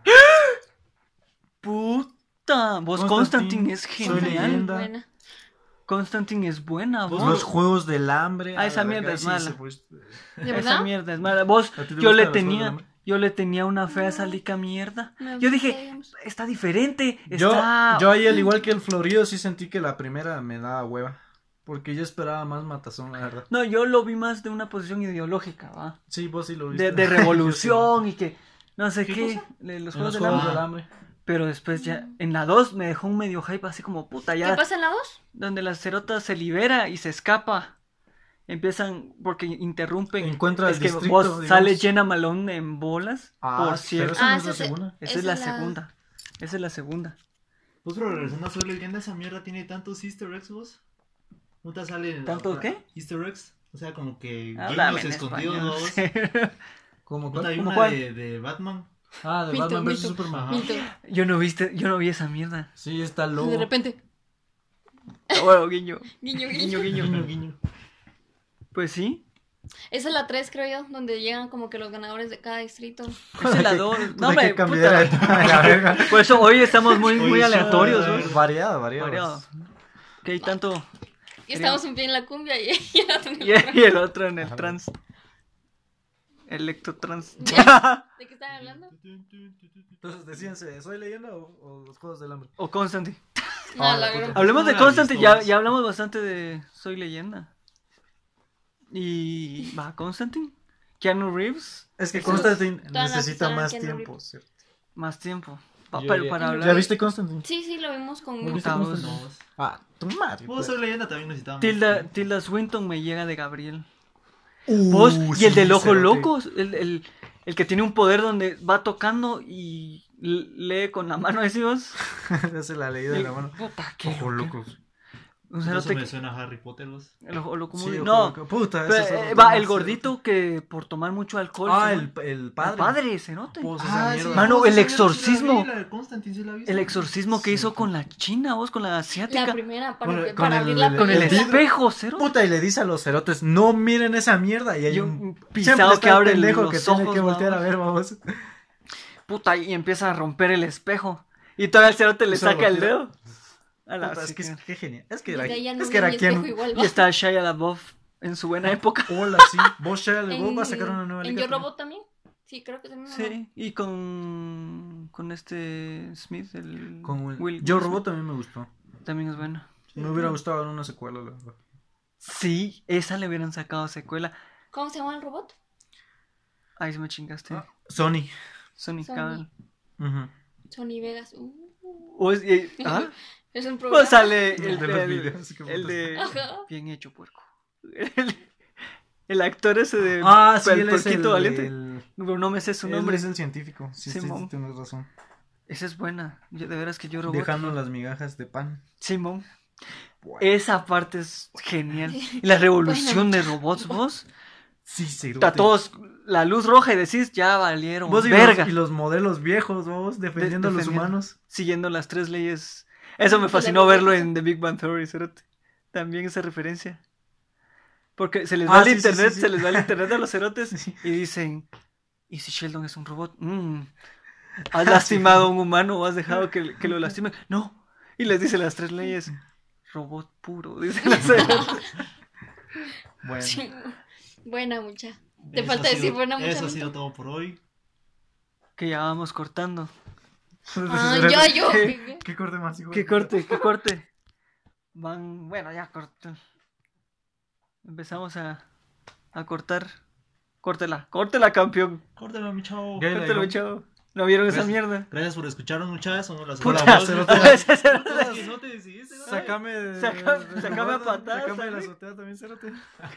Puta, vos Constantine, Constantine es Soy genial. leyenda. Buena. Constantine es buena, vos. Los juegos del hambre. Ah, a esa la mierda verga, es sí, mala. se fue- ¿De Esa verdad? mierda es mala. Vos, ¿A ti te yo gustan le los juegos del tenía, hambre? yo le tenía una fe a esa lica mierda. Me Yo gusta, dije, digamos. está diferente, Yo, está... yo ahí, al igual que el Florido, sí sentí que la primera me daba hueva. Porque yo esperaba más matazón, la verdad. No, yo lo vi más de una posición ideológica, ¿va? Sí, vos sí lo viste. De, de revolución y que no sé ¿Qué qué, cosa? de los En Juegos los del Juegos Hambre. del Hambre. Pero después ya, en la dos me dejó un medio hype así como puta, ¿Qué ya, pasa en la dos? donde la cerota se libera y se escapa. Empiezan, porque interrumpen. Encuentra es el que distrito, vos digamos. sale Jenna Malone en bolas, Ah, por pero cierto. esa no Ah, es la esa es- segunda. Esa es la segunda. Esa es la segunda. Pues pero regresando a Soy Leyenda, esa mierda tiene tantos easter eggs, vos. ¿No te sale ¿Tanto qué? Easter eggs? O sea, como que Háblame guiños en escondidos, español. vos. ¿Cómo ¿No cuál? hay ¿Cómo una cuál? de, de Batman? Ah, de Mito, Batman versus mito. Superman. Ajá. Mito. Yo no viste, yo no vi esa mierda. Sí, está lobo. De repente, Ah, bueno, guiño. guiño, Guiño, guiño. guiño. Guiño, guiño. Pues sí. Esa es la tres, creo yo, donde llegan como que los ganadores de cada distrito. Esa es la dos. Puta, No, me que cambiar el tema de la verga. Por eso hoy estamos muy, muy Hoy aleatorios, suave. ¿no? Variado, variado. Variado. Que hay tanto. Y estamos un pie en la cumbia y, y el otro en el Y, otro. y el otro en el Ajá. trans. Electrotrans. ¿De qué están hablando? Entonces, decíanse, ¿Soy Leyenda o, o Los Juegos del Hambre? O Constantine. No, Ah, la puta. gran- Hablemos de no la he Constantine, visto, ya, vos. ya hablamos bastante de Soy Leyenda. Y va, Constantine. Keanu Reeves, Es que Eso- Constantine todas las necesita personas más que no tiempo, vi- ¿cierto? más tiempo. Pa- Yo pero ya- para hablar. ¿Ya viste Constantine? Sí, sí, lo vimos con... ¿Lo viste Puta, Constantine? No, vos. Ah, tu madre. Vos pues. Soy Leyenda también necesitamos. Tilda, Tilda Swinton me llega de Gabriel. Uh, Vos, y sí, el del ojo cerote. loco, el, el, el que tiene un poder donde va tocando y l- lee con la mano, decimos. Esa es la ley de la mano. Puta, qué Ojo loco. locos. Un Eso cerote me que- suena a Harry Potter, vos. el ojo loco Sí, muy- ojo no, loco. Puta, pero, ese es eh, otro va tema, el cerote. gordito que por tomar mucho alcohol. Ah, se el, mu- el padre. el padre, cerote. Pues esa mierda. Mano, vos, el esa mierda sí la exorcismo. vi, la de Constantine sí la vi. El exorcismo que Sí. hizo con la china, vos, con la asiática. La primera, para, Con el- que- con para el- abrir la el- Con el el- película. espejo, cerote. Puta, y le dice a los cerotes, no miren esa mierda. Y hay Y un, un siempre pisado está que el abre pendejo los que tiene ojos, que voltear a vamos. ver, vamos. Puta, y empieza a romper el espejo. Y todavía el cerote le Eso saca el lo tira. dedo. A la Puta, es que es chica. qué genial. Es que Desde era, ahí ya no es vi que era mi espejo quien. igual, Y va. está Shia LaBeouf en su buena época. Hola, sí. Vos, Shia LaBeouf, va a sacar una nueva ¿En liga Yo también. Robot también? Sí, creo que también. Sí, y con con este Smith, el Con Will. Will- Yo Will Robot Smith, también me gustó. también es bueno. Me hubiera gustado ver una secuela, la verdad. Sí, esa le hubieran sacado secuela. ¿Cómo se llama el robot? Ahí se me chingaste. Ah, Sony. Sonic Sony. Cabal. Ujú. Sony Vegas. Uh, O es- eh, ¿ah? es un programa. O sale el, El de los el- videos, qué el putas. de Ajá. bien hecho puerco. El, el actor ese de Ah, sí, el él es el, puerquito valiente. el- Pero no me sé su él nombre. es el científico. Sí, sí, Simón. tienes razón. Esa es buena. Yo, de veras que yo robot. Dejando las migajas de pan. Simón. Bueno. Esa parte es genial. Y la revolución de robots, vos. Sí, sí. A todos la luz roja y decís, ya valieron. Vos y verga. los, y los modelos viejos, vos, defendiendo a los defendiendo. humanos. Siguiendo las tres leyes. Eso me De la fascinó verlo robótica. en The Big Bang Theory, cerote. También esa referencia. Porque se les Ah, va el sí, sí, internet, sí, sí. se les va el internet a los cerotes Sí. y dicen, ¿y si Sheldon es un robot? Mm, ¿Has lastimado a un humano o has dejado que, que lo lastimen? No. Y les dice las tres leyes. Robot puro, dicen los cerotes. Bueno. Sí. Buena, mucha. Te Eso falta ha decir sido- buena, mucha. Eso ha Mito. sido todo por hoy. Que ya vamos cortando. Ah, ya, yo. ¿Qué, qué corte más, hijo? ¿Qué corte? ¿Qué corte? Van, bueno, ya corto. Empezamos a, a cortar. Córtela, córtela, campeón. Córtalo, mi chavo. Ya, ya, Córtela, ya. chavo. ¿No vieron esa Gracias. mierda? Gracias por escucharnos, muchachos. Somos las Puta, Hola, vos. se lo tengo. Ese era- Puta, que no te decidiste, ¿no? Sácame de. Saca- de- sácame a de- patadas, Sácame de la ¿sabes? azotea también, cérate.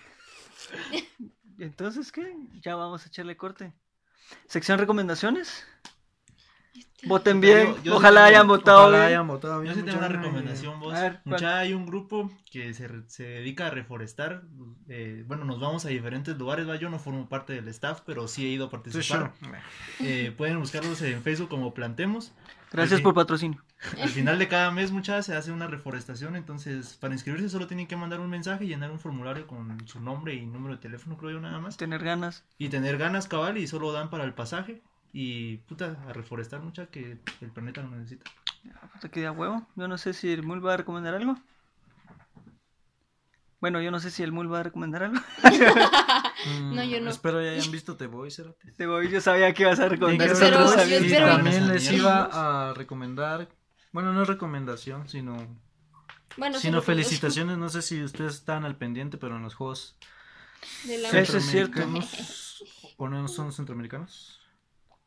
Entonces, ¿qué? Ya vamos a echarle corte. Sección recomendaciones. Voten bien. Yo- yo sí Ojalá tengo- hayan votado Ojalá bien. hayan votado bien. Yo sí tengo una muchacha, y- recomendación, vos. A ver, ¿cuál? Mucha, hay un grupo que se, re- se dedica a reforestar. eh, bueno, nos vamos a diferentes lugares, ¿va? Yo no formo parte del staff, pero sí he ido a Sí, participar. sure. Eh, pueden buscarlos en Facebook como Plantemos. Gracias Al por fin- patrocinio. Al final de cada mes, muchachas, se hace una reforestación. Entonces, para inscribirse solo tienen que mandar un mensaje y llenar un formulario con su nombre y número de teléfono, creo yo, nada más. Tener ganas. Y tener ganas, cabal, y solo dan para el pasaje. Y, puta, a reforestar, mucha, que el planeta lo necesita. Puta, que de a huevo. Yo no sé si el Mul va a recomendar algo. Bueno, yo no sé si el Mul va a recomendar algo. Mm, No, yo no. Espero ya hayan visto The Boys, cérate. Digo, yo sabía que ibas a recomendar Y eso, espero- no yo sabía. y espero- también les Esa iba mierda. a recomendar, bueno, no recomendación, sino, Bueno, sí sino lo conozco. felicitaciones. No sé si ustedes están al pendiente, pero en los juegos De la- Eso es cierto. centroamericanos, o no son centroamericanos,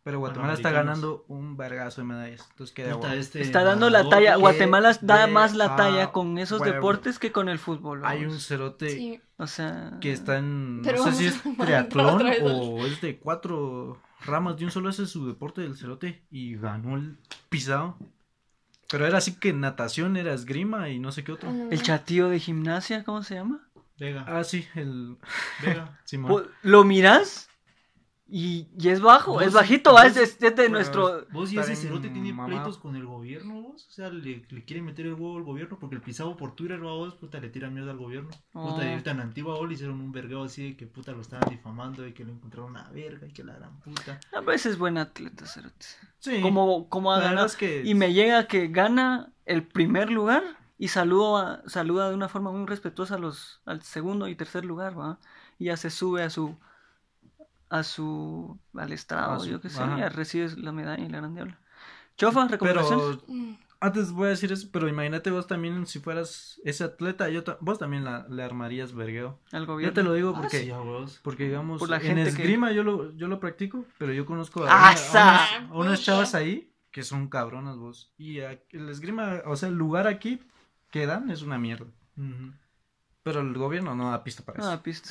Pero Guatemala está Panamericanos. ganando un vergazo de medallas. Entonces queda Puta, bueno. este Está dando la nadador, talla. qué Guatemala da de- más la ah, talla con esos huevo. deportes que con el fútbol. Hay un vamos. cerote Sí. O sea, que está en, Pero no sé si vamos es a entrar triatlón otra vez al- o es de cuatro ramas de un solo, ese es su deporte del cerote y ganó el pisado. Pero era así que natación, era esgrima y no sé qué otro. el chatío de gimnasia, ¿cómo se llama? Vega, Ah, sí, el Vega. Simón. Po- Lo miras y, y es bajo, Vos- es bajito, ¿va? es, vos- de, es de pero- nuestro... Vos y Está ese bien cerote tiene mamado. pleitos con el gobierno, vos. O sea, le, le quieren meter el huevo al gobierno porque el pisado por Twitter, ¿va, vos, puta, le tira mierda al gobierno. Oh. Puta, y ahorita en Antigua, vos le hicieron un vergueo así de que puta lo estaban difamando y que le encontraron una verga y que la gran puta. A veces es buen atleta, cerote. Sí, Como, como ha la verdad ganado. es que Y me llega que gana el primer lugar y saluda, saluda de una forma muy respetuosa a los, al segundo y tercer lugar, ¿va? Y ya se sube a su a su al estrado, A su- yo qué sé, ajá. ya recibes la medalla y la gran diabla. Chofa, recomendaciones. pero Mm. antes voy a decir eso, pero imagínate vos también si fueras ese atleta, yo ta- vos también la, le armarías vergueo. Al Yo gobierno. te lo digo Ah, porque sí, a vos. porque digamos Por la en gente que- esgrima yo lo yo lo practico, pero yo conozco a, ¡Ah, una- a sa! unas, a unas chavas ahí que son cabronas vos. Y a- el esgrima, o sea, el lugar aquí que dan es una mierda. Ujú. Pero el gobierno no da pista para eso. Ah, pista.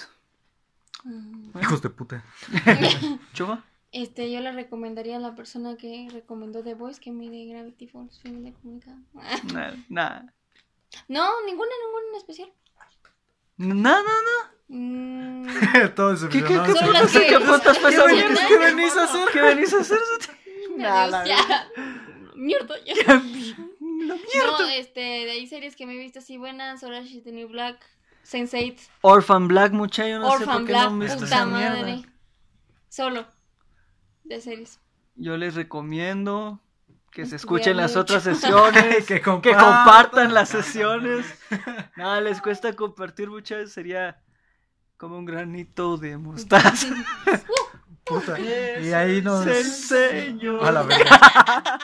Mm. Hijos de puta. Chofa. Este, yo le recomendaría a la persona que recomendó The Voice que mire Gravity Falls, film de comunicado. Nada, nada. No, ninguna, ninguna en especial. Nada, nada. Mm, Todo ¿Qué, qué, qué, decepcionado. Son las putas- que- qué putas ¿Qué pesadillas? venís- ¿Qué venís a hacer? ¿Qué venís a hacer? Nah, la adiós, ya. Mierda, ya. La No, este, de ahí series que me he visto así buenas, Orange is the New Black, sense eight, Orphan Black, mucha, yo no sé Orphan por qué Black, no han visto puta esa madre. mierda. Solo. De series. Yo les recomiendo que se Estudiar escuchen las mucho. otras sesiones, Que que compartan. compartan las sesiones. Nada, les cuesta compartir muchas, sería como un granito de mostaza. Puta. Y ahí nos Se enseño. a la verga.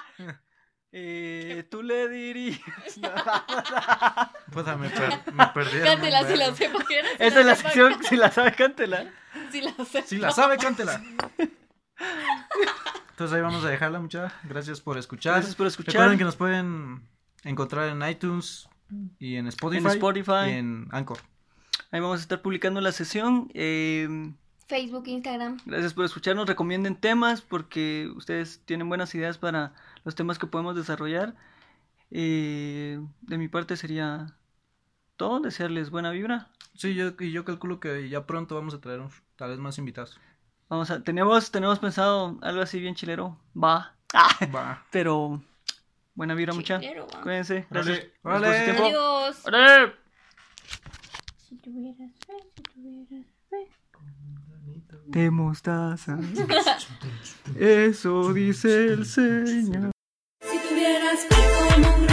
Eh, tú le dirías. Puta, me, per- me perdí. Cántela si la sepa. que era, si Esa es la sepa, sección, si la sabe, cántela. Si la sepa. Si la sabe, cántela. Entonces ahí vamos a dejarla, muchachos. Gracias por escuchar. Gracias por escuchar. Recuerden que nos pueden encontrar en iTunes y en Spotify. En Spotify. Y en Anchor. Ahí vamos a estar publicando la sesión. Eh, Facebook, Instagram. gracias por escucharnos. Recomienden temas porque ustedes tienen buenas ideas para los temas que podemos desarrollar. Eh, de mi parte sería todo. Desearles buena vibra. Sí, yo, y yo calculo que ya pronto vamos a traer un- tal vez más invitados. Vamos a, tenemos, tenemos pensado algo así bien chilero. Va. Va. Pero buena vibra, mucha. Chilero, va. Cuídense. Gracias. Órale. Gracias por su tiempo. Adiós. ¡Órale! Si tuvieras fe, si tuvieras fe. De mostaza. Eso dice el Señor. Si tuvieras fe como un